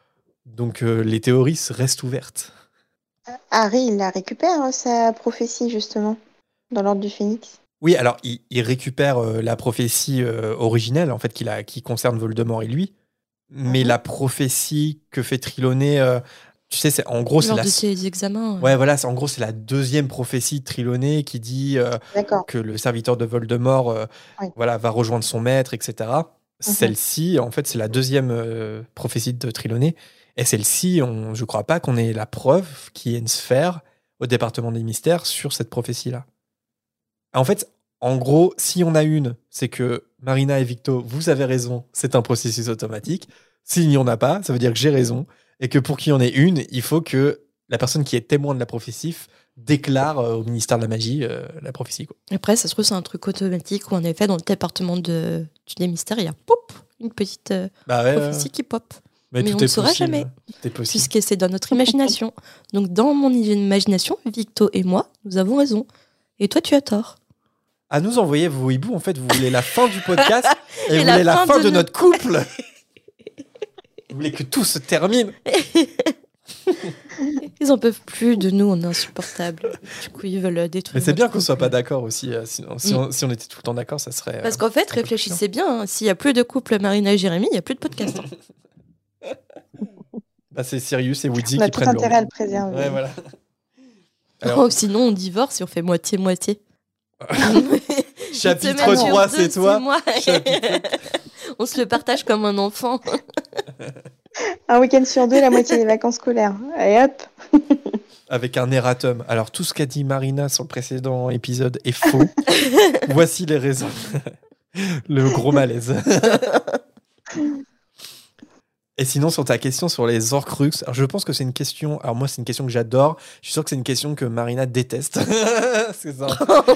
les théories restent ouvertes. Harry, il la récupère, sa prophétie, justement, dans l'ordre du Phénix. Oui, alors il récupère la prophétie originelle, en fait, qui concerne Voldemort et lui. Mais la prophétie que fait Trelawney, tu sais, en gros, c'est lors de ses examens. Ouais, voilà, en gros, c'est la deuxième prophétie de Trelawney qui dit que le serviteur de Voldemort voilà, va rejoindre son maître, etc. Celle-ci, en fait, c'est la deuxième prophétie de Trelawney. Et celle-ci, je ne crois pas qu'on ait la preuve qu'il y ait une sphère au département des mystères sur cette prophétie-là. En fait, en gros, si on a une, c'est que Marina et Victo, vous avez raison, c'est un processus automatique. S'il n'y en a pas, ça veut dire que j'ai raison. Et que pour qu'il y en ait une, il faut que la personne qui est témoin de la prophétie déclare au ministère de la magie la prophétie. Quoi. Après, ça se trouve, c'est un truc automatique où, en effet, dans le département des mystères, il y a pop, une petite prophétie qui pop. Mais on ne saura jamais, puisque c'est dans notre imagination. Donc, dans mon imagination, Victo et moi, nous avons raison. Et toi, tu as tort. À nous envoyer vos hiboux, en fait, vous voulez la fin du podcast et vous voulez la fin de notre couple. Vous voulez que tout se termine. Ils en peuvent plus de nous, on est insupportables. Du coup, ils veulent détruire. Mais c'est bien qu'on soit pas d'accord aussi. Si on était tout le temps d'accord, ça serait. Parce qu'en fait, réfléchissez bien. Hein, s'il y a plus de couple Marina et Jérémy, il y a plus de podcast. Bah, c'est Sirius et Woody on a qui tout prennent intérêt à le préserver. Ouais, voilà. Alors, sinon, on divorce et on fait moitié-moitié. chapitre Une semaine sur 3, deux, c'est toi. moi. Chapitre- On se le partage comme un enfant. Un week-end sur 2, la moitié des vacances scolaires. Allez hop. Avec un erratum. Alors, tout ce qu'a dit Marina sur le précédent épisode est faux. Voici les raisons. Le gros malaise. Et sinon, sur ta question sur les Horcruxes, alors je pense que c'est une question. Alors, moi, c'est une question que j'adore. Je suis sûr que c'est une question que Marina déteste. C'est ça.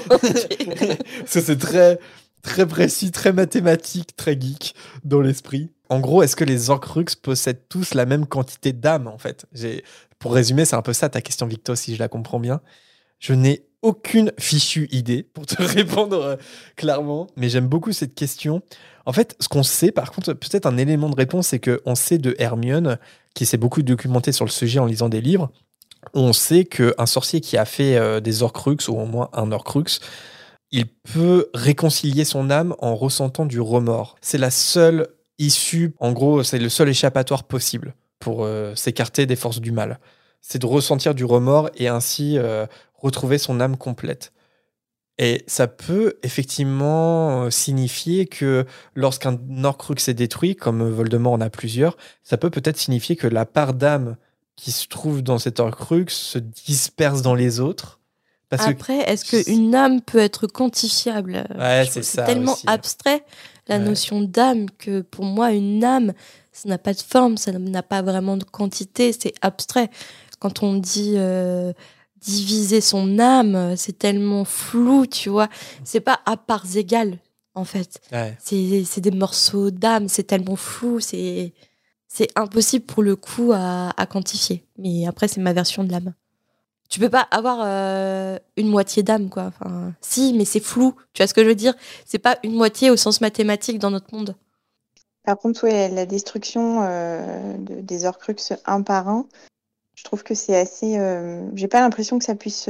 Parce que c'est très, très précis, très mathématique, très geek dans l'esprit. En gros, est-ce que les Horcruxes possèdent tous la même quantité d'âme, en fait? Pour résumer, c'est un peu ça ta question, Victor, si je la comprends bien. Je n'ai aucune fichue idée pour te répondre clairement, mais j'aime beaucoup cette question. En fait, ce qu'on sait, par contre, peut-être un élément de réponse, c'est qu'on sait de Hermione, qui s'est beaucoup documentée sur le sujet en lisant des livres, on sait qu'un sorcier qui a fait des Horcruxes, ou au moins un Horcrux, il peut réconcilier son âme en ressentant du remords. C'est la seule issue, en gros, c'est le seul échappatoire possible pour s'écarter des forces du mal. C'est de ressentir du remords et ainsi retrouver son âme complète. Et ça peut effectivement signifier que lorsqu'un Horcrux est détruit, comme Voldemort en a plusieurs, ça peut peut-être signifier que la part d'âme qui se trouve dans cet Horcrux se disperse dans les autres. Parce Après, est-ce qu'une âme peut être quantifiable? Ouais, Je c'est trouve ça tellement aussi. abstrait, la Ouais. notion d'âme, que pour moi, une âme, ça n'a pas de forme, ça n'a pas vraiment de quantité, c'est abstrait. Quand on dit diviser son âme, c'est tellement flou, tu vois. C'est pas à parts égales, en fait. Ouais. C'est des morceaux d'âme, c'est tellement flou, c'est impossible pour le coup à quantifier. Mais après, c'est ma version de l'âme. Tu peux pas avoir une moitié d'âme, quoi. Enfin, si, mais c'est flou. Tu vois ce que je veux dire? C'est pas une moitié au sens mathématique dans notre monde. Par contre, ouais, la destruction des Horcruxes un par un, je trouve que c'est assez. J'ai pas l'impression que ça puisse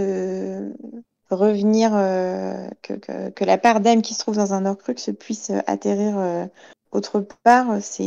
revenir, que la part d'âme qui se trouve dans un Horcrux puisse atterrir autre part.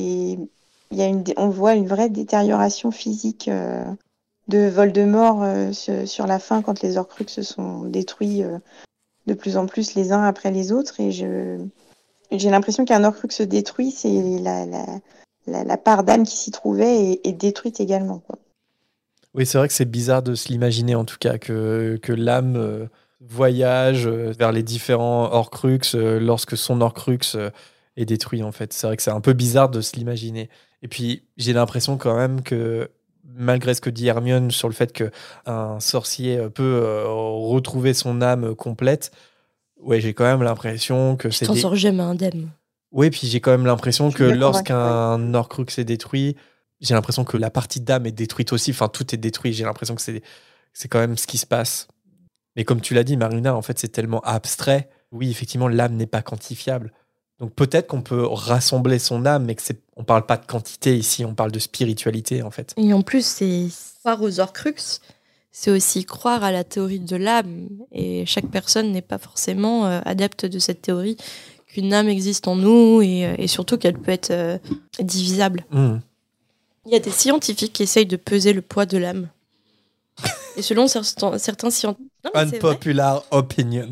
On voit une vraie détérioration physique de Voldemort sur la fin quand les Horcruxes se sont détruits de plus en plus les uns après les autres. Et j'ai l'impression qu'un Horcrux se détruit, c'est la part d'âme qui s'y trouvait est détruite également, quoi. Oui, c'est vrai que c'est bizarre de se l'imaginer, en tout cas, que l'âme voyage vers les différents Horcrux lorsque son Horcrux est détruit, en fait. C'est vrai que c'est un peu bizarre de se l'imaginer. Et puis, j'ai l'impression quand même que, malgré ce que dit Hermione sur le fait qu'un sorcier peut retrouver son âme complète, ouais, j'ai quand même l'impression que Je c'est t'en des... sors jamais indemne. Oui, puis j'ai quand même l'impression Je que suis bien lorsqu'un Horcrux est détruit, j'ai l'impression que la partie d'âme est détruite aussi. Enfin, tout est détruit. J'ai l'impression que c'est quand même ce qui se passe. Mais comme tu l'as dit, Marina, en fait, c'est tellement abstrait. Oui, effectivement, l'âme n'est pas quantifiable. Donc peut-être qu'on peut rassembler son âme, mais on parle pas de quantité ici, on parle de spiritualité, en fait. Et en plus, c'est croire aux Horcruxes, c'est aussi croire à la théorie de l'âme. Et chaque personne n'est pas forcément adepte de cette théorie, qu'une âme existe en nous et surtout qu'elle peut être divisable. Mmh. Il y a des scientifiques qui essayent de peser le poids de l'âme. Et selon certains scientifiques... Unpopular opinion.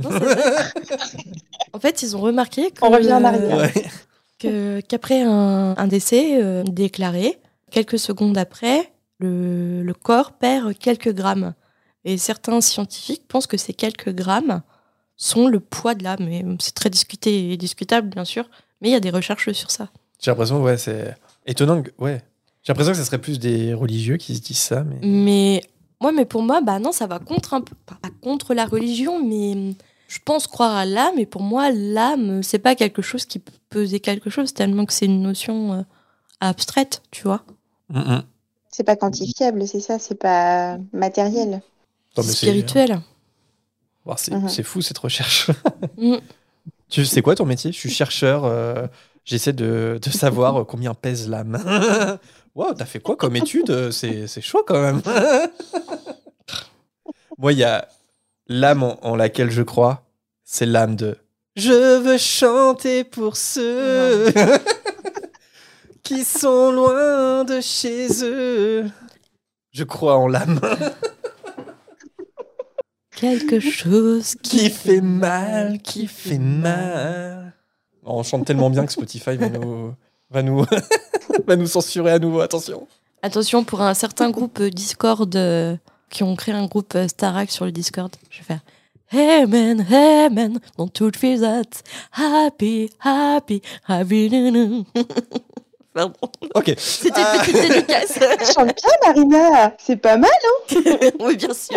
En fait, ils ont remarqué que, On revient en arrière. Ouais. qu'après un décès déclaré, quelques secondes après, le corps perd quelques grammes. Et certains scientifiques pensent que ces quelques grammes sont le poids de l'âme. Et c'est très discuté et discutable, bien sûr, mais il y a des recherches sur ça. J'ai l'impression, ouais, c'est étonnant. Ouais. J'ai l'impression que ce serait plus des religieux qui se disent ça. Mais pour moi, bah non, ça va contre un peu, pas contre la religion, mais je pense croire à l'âme. Et pour moi, l'âme, c'est pas quelque chose qui peut peser quelque chose, tellement que c'est une notion abstraite, tu vois. Mm-mm. C'est pas quantifiable, c'est ça, c'est pas matériel. Non, C'est mais spirituel. Wow, Mhm. c'est fou cette recherche. Mm. Tu sais quoi ton métier? Je suis chercheur. J'essaie de savoir combien pèse l'âme. Wow, t'as fait quoi comme étude? C'est chaud quand même. Moi, il y a l'âme en laquelle je crois. C'est l'âme de Je veux chanter pour ceux qui sont loin de chez eux. Je crois en l'âme. quelque chose Qui fait mal, qui fait mal. Oh, on chante tellement bien que Spotify va nous va nous censurer à nouveau, attention. Attention, pour un certain groupe Discord qui ont créé un groupe Starac sur le Discord, je vais faire Hey man, don't you feel that happy, happy, happy. Pardon. Ok. C'était une petite dédicace. Tu chantes bien, Marina. C'est pas mal. Oui, bien sûr.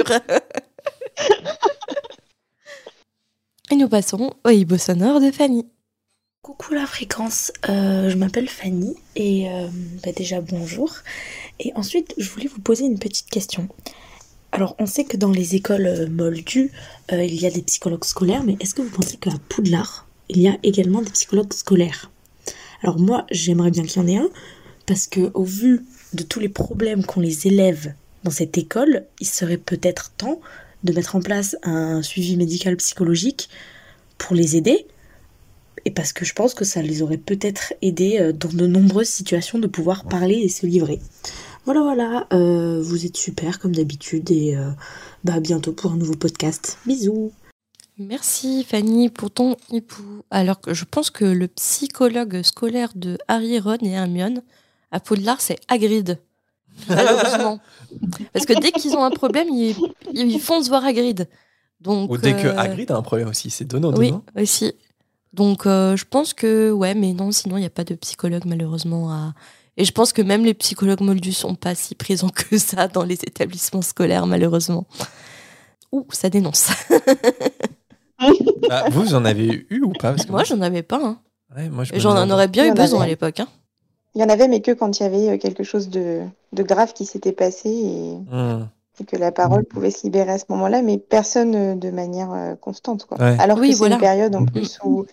Et nous passons au hibou sonore de Fanny. Coucou la fréquence, je m'appelle Fanny et déjà bonjour. Et ensuite, je voulais vous poser une petite question. Alors, on sait que dans les écoles moldues, il y a des psychologues scolaires, mais est-ce que vous pensez qu'à Poudlard, il y a également des psychologues scolaires ? Alors moi, j'aimerais bien qu'il y en ait un, parce que au vu de tous les problèmes qu'ont les élèves dans cette école, il serait peut-être temps de mettre en place un suivi médical psychologique pour les aider, et parce que je pense que ça les aurait peut-être aidés dans de nombreuses situations de pouvoir parler et se livrer. Voilà, vous êtes super comme d'habitude, et à bientôt pour un nouveau podcast. Bisous. Merci Fanny pour ton hibou. Alors que je pense que le psychologue scolaire de Harry, Ron et Hermione à Poudlard, c'est Hagrid. Malheureusement. Parce que dès qu'ils ont un problème, ils foncent voir Hagrid. Donc, Ou dès que Hagrid a un problème aussi, c'est Dono. oui, aussi. Donc je pense que ouais, mais non, sinon il n'y a pas de psychologue malheureusement. Et je pense que même les psychologues moldus sont pas si présents que ça dans les établissements scolaires malheureusement. Ouh, ça dénonce. Bah, vous en avez eu ou pas? Parce que Moi, j'en avais pas. Hein. Ouais, moi, Et j'en aurais bien Il y eu en besoin avait. à l'époque. Hein. Il y en avait, mais que quand il y avait quelque chose de grave qui s'était passé et que la parole pouvait se libérer à ce moment-là, mais personne de manière constante, quoi. Ouais. Alors Oui, que c'est voilà. une période en plus où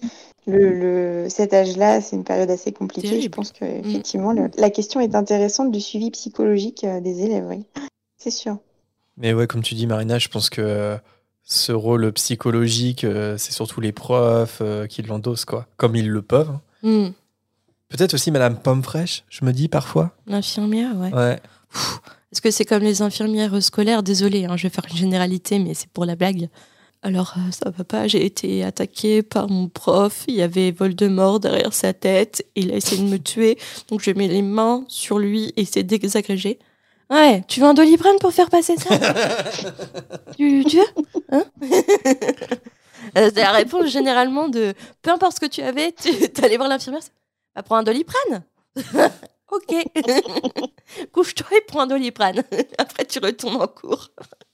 cet âge-là, c'est une période assez compliquée. Terrible. Je pense qu'effectivement, la question est intéressante du suivi psychologique des élèves, oui. C'est sûr. Mais ouais, comme tu dis, Marina, je pense que ce rôle psychologique, c'est surtout les profs qui l'endossent, quoi. Comme ils le peuvent. Peut-être aussi Madame Pomme Fraîche, je me dis parfois. L'infirmière, ouais. Ouais. Est-ce que c'est comme les infirmières scolaires? Désolée, hein, je vais faire une généralité, mais c'est pour la blague. Alors, ça va pas, j'ai été attaquée par mon prof, il y avait Voldemort derrière sa tête, il a essayé de me tuer, donc je mets les mains sur lui et il s'est désagrégé. Ouais, tu veux un Doliprane pour faire passer ça? tu veux? Hein? C'est la réponse généralement de peu importe ce que tu avais, t'allais voir l'infirmière, bah, prends un Doliprane. Ok. Couche-toi et prends un Doliprane. Après, tu retournes en cours.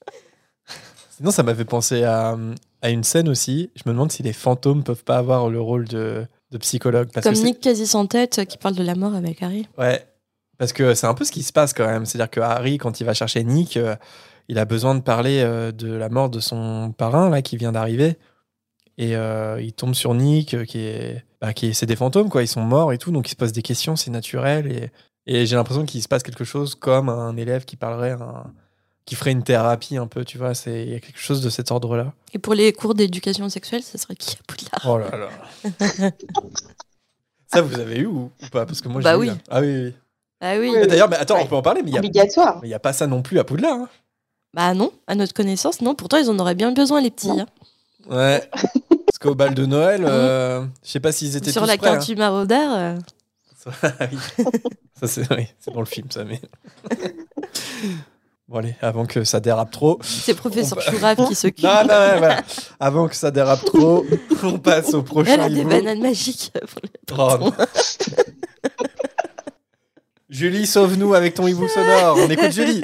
Sinon, ça m'a fait penser à une scène aussi. Je me demande si les fantômes peuvent pas avoir le rôle de psychologue. Parce Comme que Nick quasi sans tête qui parle de la mort avec Harry. ouais, parce que c'est un peu ce qui se passe quand même. C'est-à-dire que Harry, quand il va chercher Nick, il a besoin de parler de la mort de son parrain là qui vient d'arriver. Et il tombe sur Nick c'est des fantômes, quoi. Ils sont morts et tout, donc il se pose des questions, c'est naturel. Et j'ai l'impression qu'il se passe quelque chose comme un élève qui parlerait, qui ferait une thérapie un peu, tu vois. Il y a quelque chose de cet ordre-là. Et pour les cours d'éducation sexuelle, ça serait qui à Poudlard? Oh là là. Ça, vous avez eu ou pas? Parce que moi, Bah j'ai eu, oui. là. Ah oui. Ah oui. Oui. D'ailleurs, mais attends, Ouais. on peut en parler, mais Obligatoire. il y a pas ça non plus à Poudlard. Hein. Bah non, à notre connaissance, non. Pourtant, ils en auraient bien besoin, les petits. Non. Hein. Ouais. Parce qu'au bal de Noël, je sais pas s'ils étaient Sur tous la prêts. carte du maraudeur. Ah oui. Ça, c'est dans le film, ça. Mais bon, allez, avant que ça dérape trop. C'est professeur Chourave qui s'occupe. Non, voilà. Avant que ça dérape trop, on passe au prochain Elle a des hibou. bananes magiques. Oh, non. Julie, sauve-nous avec ton hibou sonore. On écoute Julie.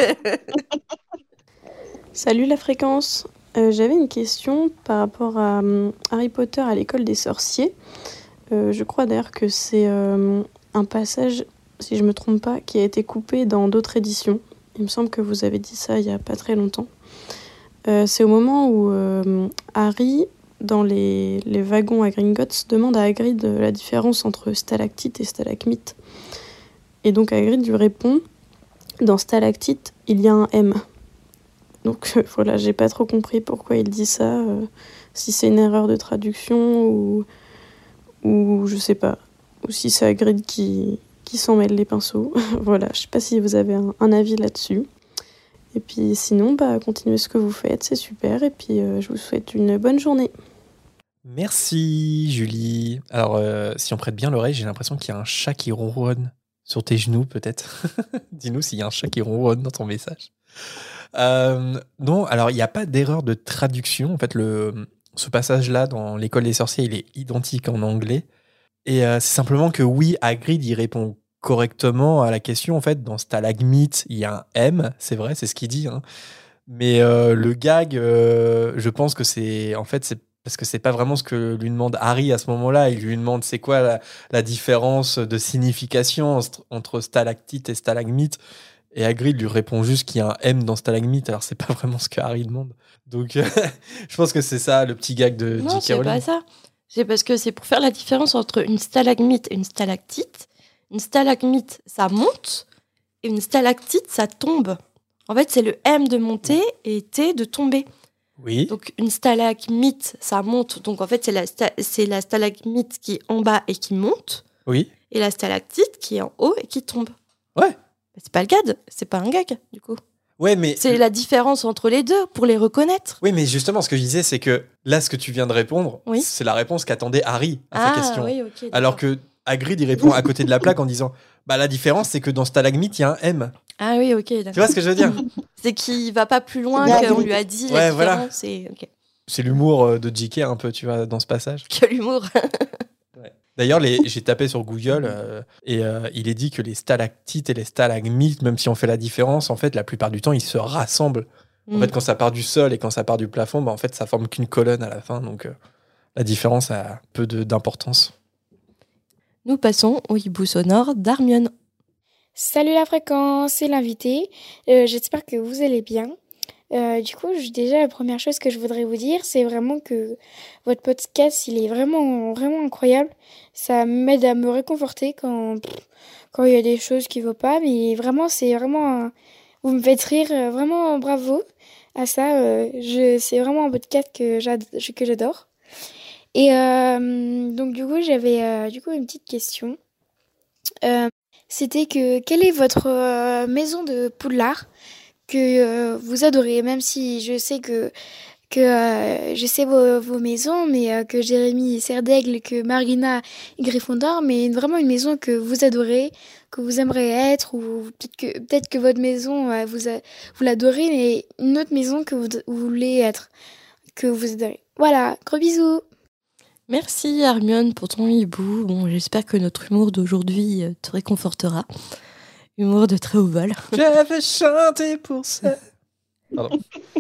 Salut la fréquence. J'avais une question par rapport à Harry Potter à l'école des sorciers. Je crois d'ailleurs que c'est un passage, si je me trompe pas, qui a été coupé dans d'autres éditions. Il me semble que vous avez dit ça il y a pas très longtemps. C'est au moment où Harry, dans les wagons à Gringotts, demande à Hagrid la différence entre stalactite et stalagmite. Et donc Hagrid lui répond, dans stalactite, il y a un M. Donc voilà, j'ai pas trop compris pourquoi il dit ça, si c'est une erreur de traduction ou je sais pas, ou si c'est Hagrid qui s'en mêle les pinceaux. Voilà, je sais pas si vous avez un avis là-dessus. Et puis sinon, continuez ce que vous faites, c'est super. Et puis je vous souhaite une bonne journée. Merci Julie. Alors si on prête bien l'oreille, j'ai l'impression qu'il y a un chat qui ronronne sur tes genoux peut-être. Dis-nous s'il y a un chat qui ronronne dans ton message. Non, alors il n'y a pas d'erreur de traduction. En fait, ce passage-là dans l'école des sorciers, il est identique en anglais. Et c'est simplement que oui, Hagrid, il répond correctement à la question. En fait, dans stalagmite, il y a un M, c'est vrai, c'est ce qu'il dit. Hein. Mais le gag, je pense que c'est parce que c'est pas vraiment ce que lui demande Harry à ce moment-là. Il lui demande c'est quoi la différence de signification entre stalactite et stalagmite. Et Hagrid lui répond juste qu'il y a un M dans stalagmite. Alors c'est pas vraiment ce que Harry demande. Donc je pense que c'est ça le petit gag de Non, J.K. c'est Rowling. pas ça. C'est parce que c'est pour faire la différence entre une stalagmite et une stalactite. Une stalagmite, ça monte, et une stalactite, ça tombe. En fait, c'est le M de monter et T de tomber. Oui. Donc, une stalagmite, ça monte. Donc, en fait, c'est la stalagmite qui est en bas et qui monte. Oui. Et la stalactite qui est en haut et qui tombe. Ouais. C'est pas le gag, c'est pas un gag, du coup. Ouais, mais C'est la différence entre les deux pour les reconnaître. oui, mais justement, ce que je disais, c'est que là, ce que tu viens de répondre, Oui. c'est la réponse qu'attendait Harry à sa question. Oui, ok. Alors que Hagrid, il répond à côté de la plaque en disant la différence, c'est que dans stalagmite, il y a un M. Ah oui, ok. D'accord. Tu vois ce que je veux dire? C'est qu'il va pas plus loin C'est bien qu'on Hagrid. lui a dit Ouais, la voilà. différence. Et... ok. C'est l'humour de J.K. un peu, tu vois, dans ce passage. Quel humour. D'ailleurs, j'ai tapé sur Google et il est dit que les stalactites et les stalagmites, même si on fait la différence, en fait, la plupart du temps, ils se rassemblent. En fait, quand ça part du sol et quand ça part du plafond, en fait, ça forme qu'une colonne à la fin. Donc, la différence a peu d'importance. Nous passons au hibou sonore d'Hermione. Salut la fréquence, c'est l'invité. J'espère que vous allez bien. Du coup, déjà, la première chose que je voudrais vous dire, c'est vraiment que votre podcast, il est vraiment, vraiment incroyable. Ça m'aide à me réconforter quand il y a des choses qui ne vont pas. Mais vraiment, vous me faites rire. Vraiment, bravo à ça. C'est vraiment un podcast que j'adore. Et donc, du coup, j'avais une petite question. C'était que quelle est votre maison de Poudlard que vous adorez, même si je sais que je sais vos maisons, mais que Jérémy est Serre d'Aigle, que Marina est Gryffondor, mais vraiment une maison que vous adorez, que vous aimeriez être, ou peut-être que votre maison vous l'adorez, mais une autre maison que vous voulez être, que vous adorez. Voilà, gros bisous. Merci Hermione pour ton hibou. Bon, j'espère que notre humour d'aujourd'hui te réconfortera. Humour de très haut vol. J'avais chanté pour ça. Pardon.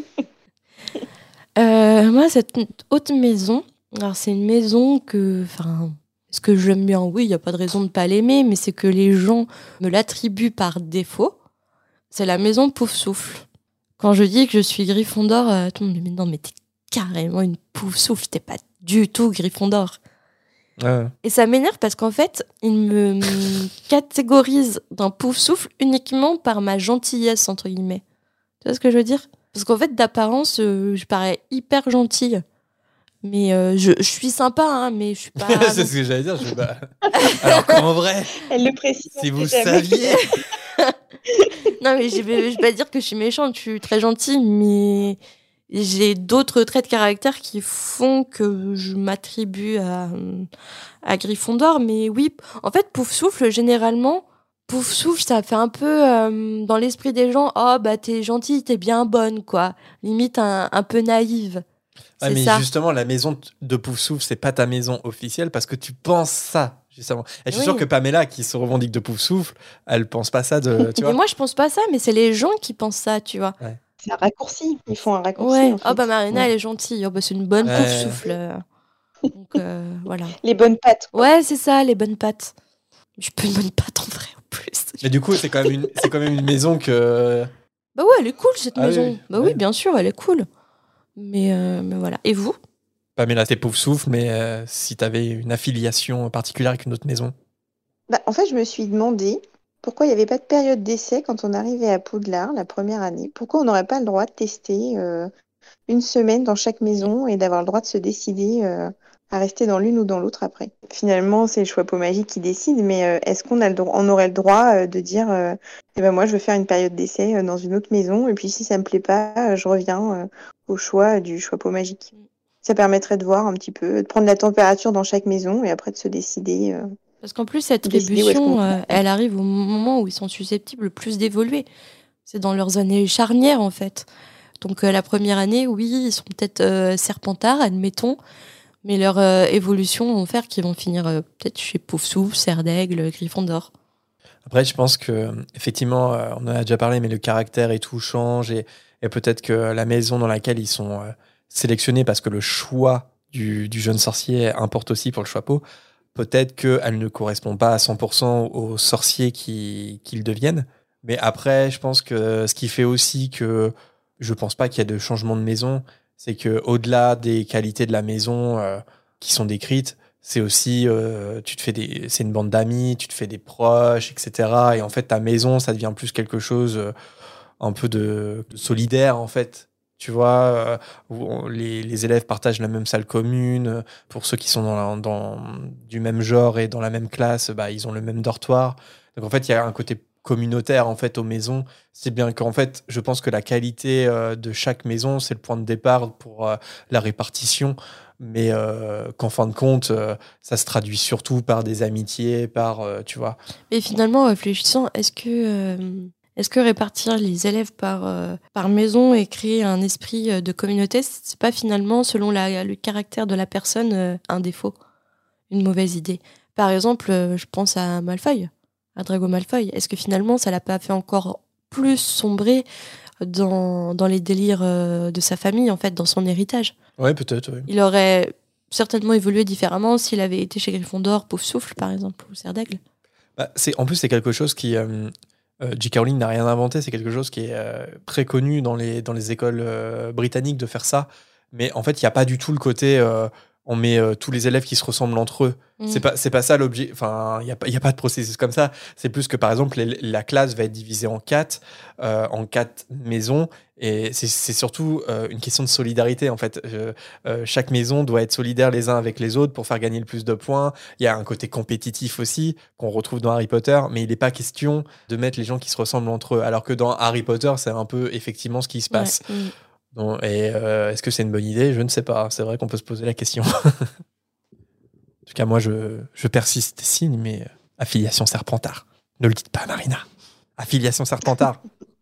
Moi, cette haute maison, alors c'est une maison est-ce que j'aime bien? Oui, il n'y a pas de raison de ne pas l'aimer, mais c'est que les gens me l'attribuent par défaut. C'est la maison Poufsouffle. Quand je dis que je suis Gryffondor, tout le monde me dit non, mais t'es carrément une Poufsouffle, t'es pas du tout Gryffondor. Ouais. Et ça m'énerve parce qu'en fait, ils me catégorisent d'un Poufsouffle uniquement par ma gentillesse, entre guillemets. Tu vois ce que je veux dire? Parce qu'en fait, d'apparence, je parais hyper gentille. Mais je suis sympa, hein, mais je suis pas... C'est ce que j'allais dire. Alors qu'en vrai, Elle le précise. si vous saviez... Non, mais je vais pas dire que je suis méchante, je suis très gentille, mais j'ai d'autres traits de caractère qui font que je m'attribue à Gryffondor. Mais oui, en fait, Poufsouffle, généralement, Poufsouffle, ça fait un peu dans l'esprit des gens, oh bah t'es gentille, t'es bien bonne, quoi. Limite un peu naïve. Ouais, C'est mais ça. justement, la maison de Poufsouffle, c'est pas ta maison officielle parce que tu penses ça, justement. Et je suis Oui. sûr que Pamela, qui se revendique de Poufsouffle, elle pense pas ça de. Tu Mais vois. moi, je pense pas ça, mais c'est les gens qui pensent ça, tu vois. C'est un raccourci. Ils font un raccourci. Ouais. En fait. Oh bah Marina, Ouais. elle est gentille. Oh bah c'est une bonne Ouais. Poufsouffle. Donc voilà. Les bonnes pattes. Ouais, c'est ça, les bonnes pattes. Je peux une bonne patte en vrai, en plus. Mais du coup, c'est quand même une maison que. Bah ouais, elle est cool, cette Ah maison. oui, Bah ouais. oui, bien sûr, elle est cool. Mais voilà. Et vous? Pamela, c'est Poufsouffle, mais si t'avais une affiliation particulière avec une autre maison. En fait, je me suis demandé pourquoi il n'y avait pas de période d'essai quand on arrivait à Poudlard la première année. Pourquoi on n'aurait pas le droit de tester une semaine dans chaque maison et d'avoir le droit de se décider à à rester dans l'une ou dans l'autre après. Finalement, c'est le choix pot magique qui décide, mais est-ce qu'on on aurait le droit de dire eh ben moi je veux faire une période d'essai dans une autre maison et puis si ça me plaît pas, je reviens au choix du choix pot magique. Ça permettrait de voir un petit peu, de prendre la température dans chaque maison et après de se décider. Parce qu'en plus, cette Décider où est-ce qu'on révolution, elle arrive au moment où ils sont susceptibles le plus d'évoluer. C'est dans leurs années charnières, en fait. Donc, la première année, oui, ils sont peut-être serpentards, admettons, mais leur évolution vont faire qu'ils vont finir peut-être chez Poufsouffle, Serre d'Aigle, Gryffondor. Après, je pense que effectivement, on en a déjà parlé, mais le caractère et tout change et peut-être que la maison dans laquelle ils sont sélectionnés, parce que le choix du jeune sorcier importe aussi pour le choix pot, peut-être qu'elle ne correspond pas à 100% aux sorciers qu'ils deviennent. Mais après, je pense que ce qui fait aussi que je pense pas qu'il y a de changement de maison, c'est que au-delà des qualités de la maison qui sont décrites, c'est aussi c'est une bande d'amis, tu te fais des proches, etc. Et en fait, ta maison, ça devient plus quelque chose un peu de solidaire, en fait. Tu vois, où les élèves partagent la même salle commune. Pour ceux qui sont du même genre et dans la même classe, bah, ils ont le même dortoir. Donc en fait, il y a un côté communautaire en fait aux maisons. C'est bien qu'en fait, je pense que la qualité de chaque maison, c'est le point de départ pour la répartition. Mais qu'en fin de compte, ça se traduit surtout par des amitiés, tu vois. Et finalement, en réfléchissant, est-ce que répartir les élèves par maison et créer un esprit de communauté, c'est pas finalement, selon le caractère de la personne, un défaut, une mauvaise idée? Par exemple, je pense à Malfoy, à Drago Malfoy. Est-ce que finalement, ça l'a pas fait encore plus sombrer dans les délires de sa famille, en fait, dans son héritage? Ouais, peut-être, oui. Il aurait certainement évolué différemment s'il avait été chez Gryffondor, Poufsouffle, par exemple, ou Serre d'Aigle. Bah, en plus, c'est quelque chose qui... J.K. Rowling n'a rien inventé, c'est quelque chose qui est très connu dans les écoles britanniques de faire ça. Mais en fait, il n'y a pas du tout le côté on met tous les élèves qui se ressemblent entre eux. C'est pas ça l'objet. Enfin, il y a pas de processus comme ça. C'est plus que par exemple la classe va être divisée en quatre maisons et c'est surtout une question de solidarité en fait. Chaque maison doit être solidaire les uns avec les autres pour faire gagner le plus de points. Il y a un côté compétitif aussi qu'on retrouve dans Harry Potter, mais il n'est pas question de mettre les gens qui se ressemblent entre eux. Alors que dans Harry Potter, c'est un peu effectivement ce qui se passe. Ouais. Non, et est-ce que c'est une bonne idée ? Je ne sais pas. C'est vrai qu'on peut se poser la question. En tout cas, moi, je persiste et signe, mais affiliation Serpentard. Ne le dites pas, Marina. Affiliation Serpentard.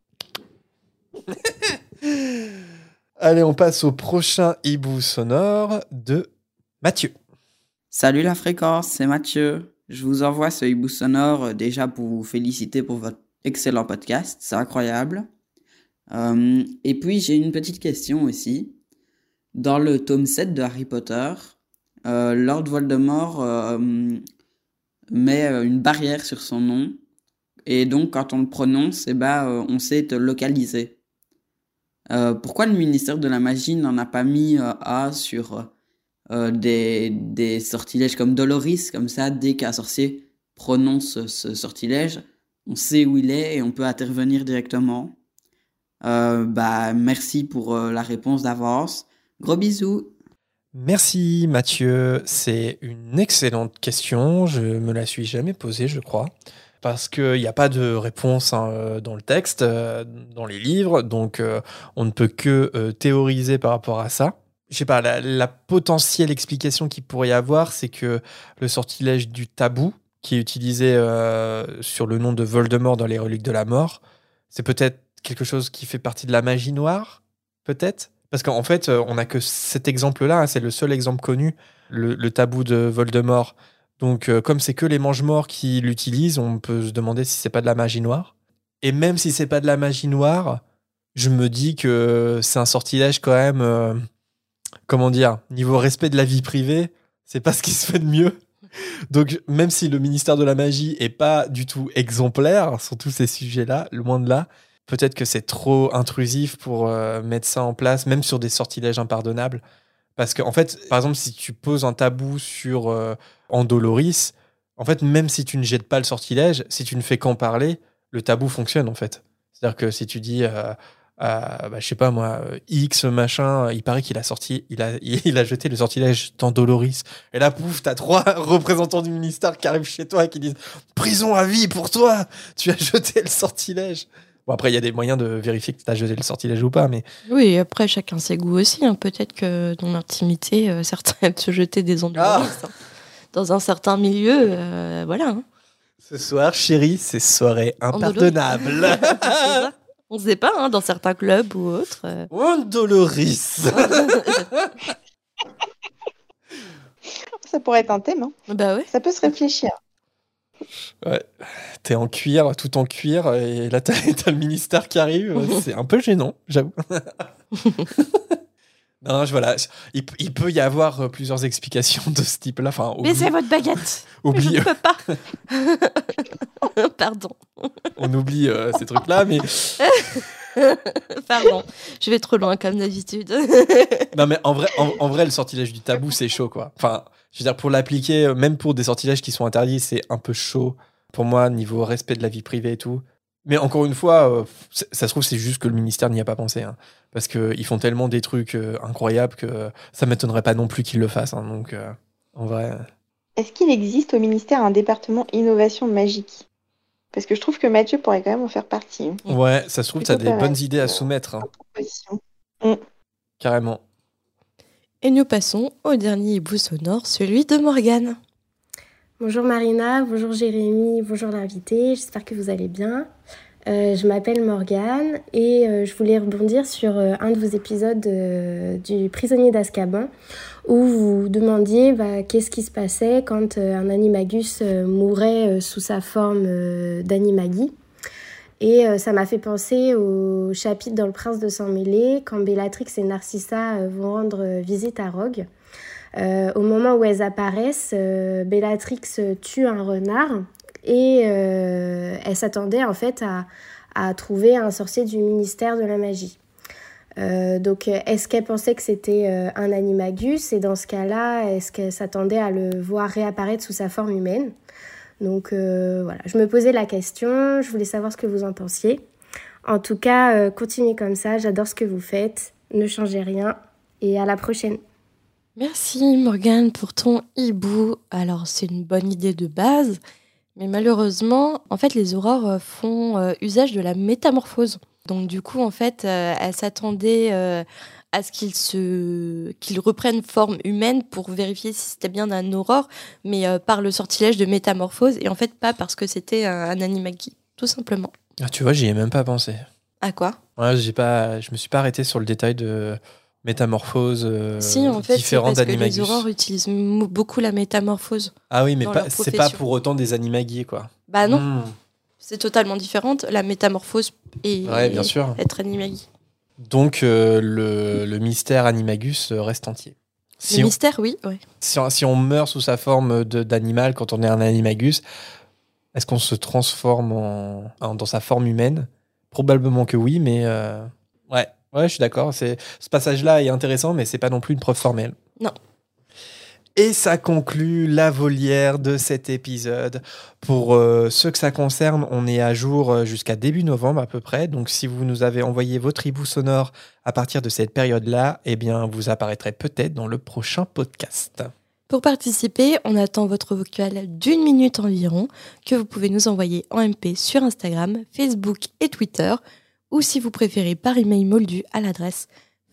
Allez, on passe au prochain hibou sonore de Mathieu. Salut la fréquence, c'est Mathieu. Je vous envoie ce hibou sonore déjà pour vous féliciter pour votre excellent podcast. C'est incroyable. Et puis j'ai une petite question aussi. Dans le tome 7 de Harry Potter, Lord Voldemort met une barrière sur son nom et donc quand on le prononce, on sait te localiser. Pourquoi le ministère de la Magie n'en a pas mis sur des sortilèges comme Doloris, comme ça, dès qu'un sorcier prononce ce sortilège, on sait où il est et on peut intervenir directement. Merci pour la réponse d'avance. Gros bisous. Merci Mathieu, c'est une excellente question. Je me la suis jamais posée, je crois, parce qu'il n'y a pas de réponse dans le texte, dans les livres, donc on ne peut que théoriser par rapport à ça. Je sais pas, la potentielle explication qu'il pourrait y avoir, c'est que le sortilège du tabou, qui est utilisé sur le nom de Voldemort dans les Reliques de la Mort, c'est peut-être quelque chose qui fait partie de la magie noire, peut-être ? Parce qu'en fait, on n'a que cet exemple-là, hein, c'est le seul exemple connu, le tabou de Voldemort. Donc, comme c'est que les mange-morts qui l'utilisent, on peut se demander si c'est pas de la magie noire. Et même si c'est pas de la magie noire, je me dis que c'est un sortilège quand même, niveau respect de la vie privée, c'est pas ce qui se fait de mieux. Donc, même si le ministère de la Magie est pas du tout exemplaire sur tous ces sujets-là, loin de là, peut-être que c'est trop intrusif pour mettre ça en place, même sur des sortilèges impardonnables. Parce qu'en fait, par exemple, si tu poses un tabou sur Andoloris, en fait, même si tu ne jettes pas le sortilège, si tu ne fais qu'en parler, le tabou fonctionne, en fait. C'est-à-dire que si tu dis à je sais pas moi, X machin, il paraît qu'il a sorti, il a jeté le sortilège dans Doloris. Et là, pouf, t'as 3 représentants du ministère qui arrivent chez toi et qui disent prison à vie pour toi, tu as jeté le sortilège. Bon, après, il y a des moyens de vérifier que t'as jeté le sortilège ou pas, mais. Oui, après, chacun ses goûts aussi. Hein. Peut-être que dans l'intimité, certains aiment se jeter des ondes hein. Dans un certain milieu, voilà. Hein. Ce soir, chérie, c'est soirée impardonnable. On sait pas, hein, dans certains clubs ou autres. Doloris. Ça pourrait être un thème. Hein. Bah ouais. Ça peut se réfléchir. Ouais. T'es en cuir, tout en cuir, et là t'as le ministère qui arrive. C'est un peu gênant, j'avoue. Non, voilà. Il peut y avoir plusieurs explications de ce type-là. Enfin, mais c'est votre baguette. Je ne peux pas. Pardon. On oublie ces trucs-là, mais. Pardon. Je vais trop loin comme d'habitude. Non, mais en vrai, le sortilège du tabou, c'est chaud, quoi. Enfin, je veux dire, pour l'appliquer, même pour des sortilèges qui sont interdits, c'est un peu chaud. Pour moi, niveau respect de la vie privée et tout. Mais encore une fois, ça se trouve, c'est juste que le ministère n'y a pas pensé. Hein, parce qu'ils font tellement des trucs incroyables que ça ne m'étonnerait pas non plus qu'ils le fassent. Hein, donc, en vrai. Est-ce qu'il existe au ministère un département innovation magique ? Parce que je trouve que Mathieu pourrait quand même en faire partie. Hein. Ouais, ça se trouve, tu as des bonnes idées à soumettre. Hein. Carrément. Et nous passons au dernier hibou sonore, celui de Morgane. Bonjour Marina, bonjour Jérémy, bonjour l'invité, j'espère que vous allez bien. Je m'appelle Morgane et je voulais rebondir sur un de vos épisodes du prisonnier d'Azkaban où vous demandiez qu'est-ce qui se passait quand un animagus mourait sous sa forme d'animagi. Et ça m'a fait penser au chapitre dans Le Prince de Sang-Mêlé quand Bellatrix et Narcissa vont rendre visite à Rogue. Au moment où elles apparaissent, Bellatrix tue un renard et elle s'attendait en fait à trouver un sorcier du ministère de la magie. Donc est-ce qu'elle pensait que c'était un animagus et dans ce cas-là, est-ce qu'elle s'attendait à le voir réapparaître sous sa forme humaine ? Donc voilà, je me posais la question, je voulais savoir ce que vous en pensiez. En tout cas, continuez comme ça, j'adore ce que vous faites, ne changez rien et à la prochaine. Merci Morgane pour ton hibou. Alors c'est une bonne idée de base, mais malheureusement, en fait, les aurores font usage de la métamorphose. Donc du coup, en fait, elle s'attendait à ce qu'ils reprennent forme humaine pour vérifier si c'était bien un aurore, mais par le sortilège de métamorphose, et en fait pas parce que c'était un animagi, tout simplement. Ah, tu vois, j'y ai même pas pensé. À quoi ? Ouais, je me suis pas arrêté sur le détail de métamorphose si, en fait, différentes c'est parce animagus. que les aurores utilisent beaucoup la métamorphose. Ah oui, mais c'est pas pour autant des animagies, quoi. Bah non, c'est totalement différente. La métamorphose et bien sûr. Être animagi. Donc le mystère animagus reste entier. Le mystère, oui. Ouais. Si on meurt sous sa forme d'animal quand on est un animagus, est-ce qu'on se transforme dans sa forme humaine ? Probablement que oui, mais ouais, je suis d'accord. Ce passage-là est intéressant, mais c'est pas non plus une preuve formelle. Non. Et ça conclut la volière de cet épisode. Pour ceux que ça concerne, on est à jour jusqu'à début novembre à peu près. Donc si vous nous avez envoyé votre hibou sonore à partir de cette période-là, eh bien vous apparaîtrez peut-être dans le prochain podcast. Pour participer, on attend votre vocal d'1 minute environ que vous pouvez nous envoyer en MP sur Instagram, Facebook et Twitter, ou si vous préférez par email moldu à l'adresse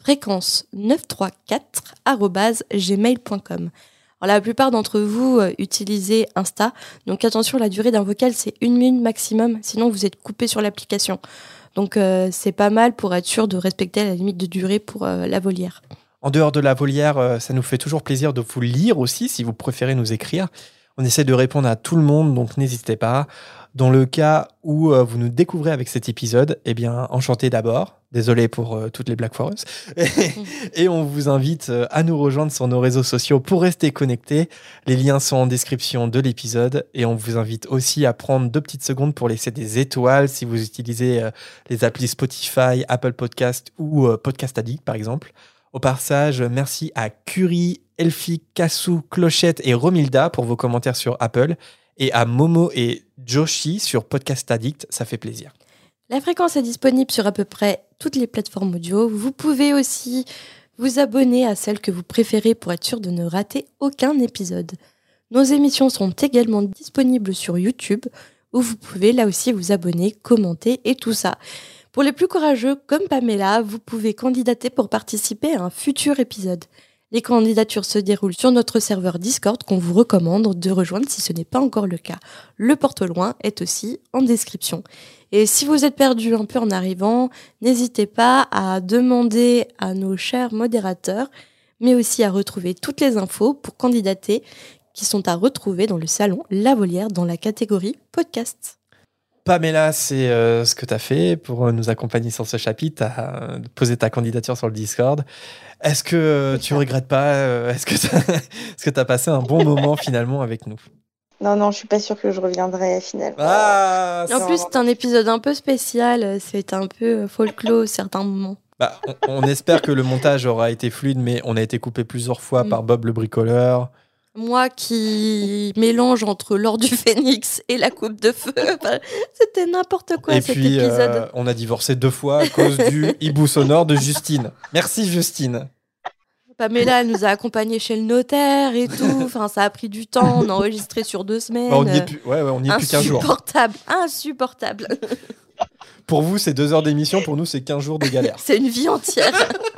fréquence934@gmail.com. Alors, la plupart d'entre vous utilisez Insta, donc attention, la durée d'un vocal c'est 1 minute maximum, sinon vous êtes coupé sur l'application. Donc c'est pas mal pour être sûr de respecter la limite de durée pour la volière. En dehors de la volière, ça nous fait toujours plaisir de vous lire aussi si vous préférez nous écrire. On essaie de répondre à tout le monde, donc n'hésitez pas. Dans le cas où vous nous découvrez avec cet épisode, eh bien, enchanté d'abord. Désolé pour toutes les Black Forest. Et on vous invite à nous rejoindre sur nos réseaux sociaux pour rester connectés. Les liens sont en description de l'épisode. Et on vous invite aussi à prendre 2 petites secondes pour laisser des étoiles si vous utilisez les applis Spotify, Apple Podcast ou Podcast Addict, par exemple. Au passage, merci à Curie, Elfie, Kassou, Clochette et Romilda pour vos commentaires sur Apple. Et à Momo et Joshi sur Podcast Addict, ça fait plaisir. La fréquence est disponible sur à peu près toutes les plateformes audio. Vous pouvez aussi vous abonner à celle que vous préférez pour être sûr de ne rater aucun épisode. Nos émissions sont également disponibles sur YouTube, où vous pouvez là aussi vous abonner, commenter et tout ça. Pour les plus courageux comme Pamela, vous pouvez candidater pour participer à un futur épisode. Les candidatures se déroulent sur notre serveur Discord qu'on vous recommande de rejoindre si ce n'est pas encore le cas. Le porte-loin est aussi en description. Et si vous êtes perdu un peu en arrivant, n'hésitez pas à demander à nos chers modérateurs, mais aussi à retrouver toutes les infos pour candidater qui sont à retrouver dans le salon La Volière dans la catégorie podcast. Pamela, c'est ce que tu as fait pour nous accompagner sur ce chapitre. Tu as posé ta candidature sur le Discord. Est-ce que tu ne regrettes pas Est-ce que tu as passé un bon moment finalement avec nous? Non, je ne suis pas sûre que je reviendrai finalement. En plus, c'est un épisode un peu spécial. C'est un peu folklore certains moments. On espère que le montage aura été fluide, mais on a été coupé plusieurs fois par Bob le bricoleur. Moi qui mélange entre l'or du phénix et la coupe de feu. C'était n'importe quoi cet épisode. On a divorcé 2 fois à cause du hibou sonore de Justine. Merci Justine. Pamela, elle nous a accompagnés chez le notaire et tout. Enfin, ça a pris du temps. On a enregistré sur 2 semaines. On n'y est plus 15 jours. Insupportable. Pour vous, c'est 2 heures d'émission. Pour nous, c'est 15 jours de galère. C'est une vie entière.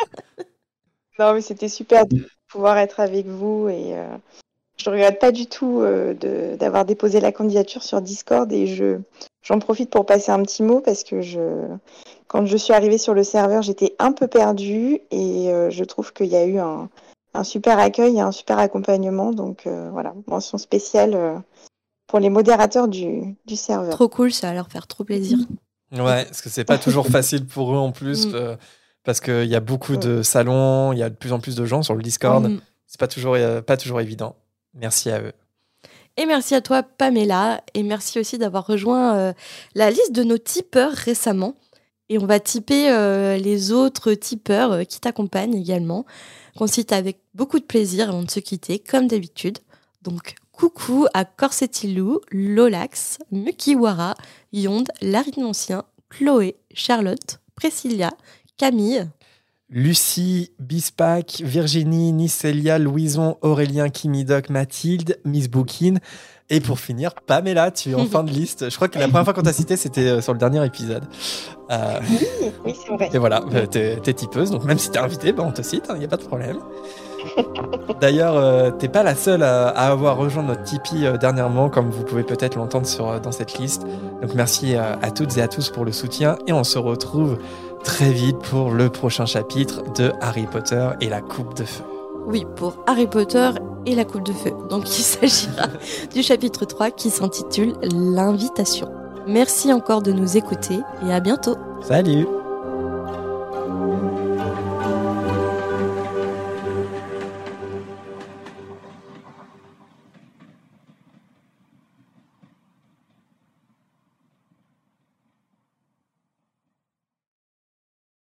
Non, mais c'était super de pouvoir être avec vous et je ne regrette pas du tout d'avoir déposé la candidature sur Discord et j'en profite pour passer un petit mot parce que quand je suis arrivée sur le serveur, j'étais un peu perdue et je trouve qu'il y a eu un super accueil et un super accompagnement. Donc voilà, mention spéciale pour les modérateurs du serveur. Trop cool, ça va leur faire trop plaisir. Ouais, parce que c'est pas toujours facile pour eux en plus. Parce qu'il y a beaucoup de salons, il y a de plus en plus de gens sur le Discord. C'est pas toujours évident. Merci à eux. Et merci à toi, Pamela. Et merci aussi d'avoir rejoint la liste de nos tipeurs récemment. Et on va tiper les autres tipeurs qui t'accompagnent également, qu'on cite avec beaucoup de plaisir avant de se quitter, comme d'habitude. Donc, coucou à Corsetilou, Lolax, Mukiwara, Yonde, Larinoncien, Chloé, Charlotte, Priscilla, Camille, Lucie, Bispac, Virginie, Nicelia, Louison, Aurélien, Kimidoc, Mathilde, Miss Bookin. Et pour finir, Pamela, tu es en fin de liste. Je crois que la première fois qu'on t'a cité, c'était sur le dernier épisode. Oui, c'est vrai. Et voilà, t'es tipeuse, donc même si t'es invitée, on te cite, il n'y a pas de problème. D'ailleurs, t'es pas la seule à avoir rejoint notre Tipeee dernièrement, comme vous pouvez peut-être l'entendre dans cette liste. Donc merci à toutes et à tous pour le soutien, et on se retrouve très vite pour le prochain chapitre de Harry Potter et la Coupe de Feu. Oui, pour Harry Potter et la Coupe de Feu. Donc il s'agira du chapitre 3 qui s'intitule L'invitation. Merci encore de nous écouter et à bientôt. Salut!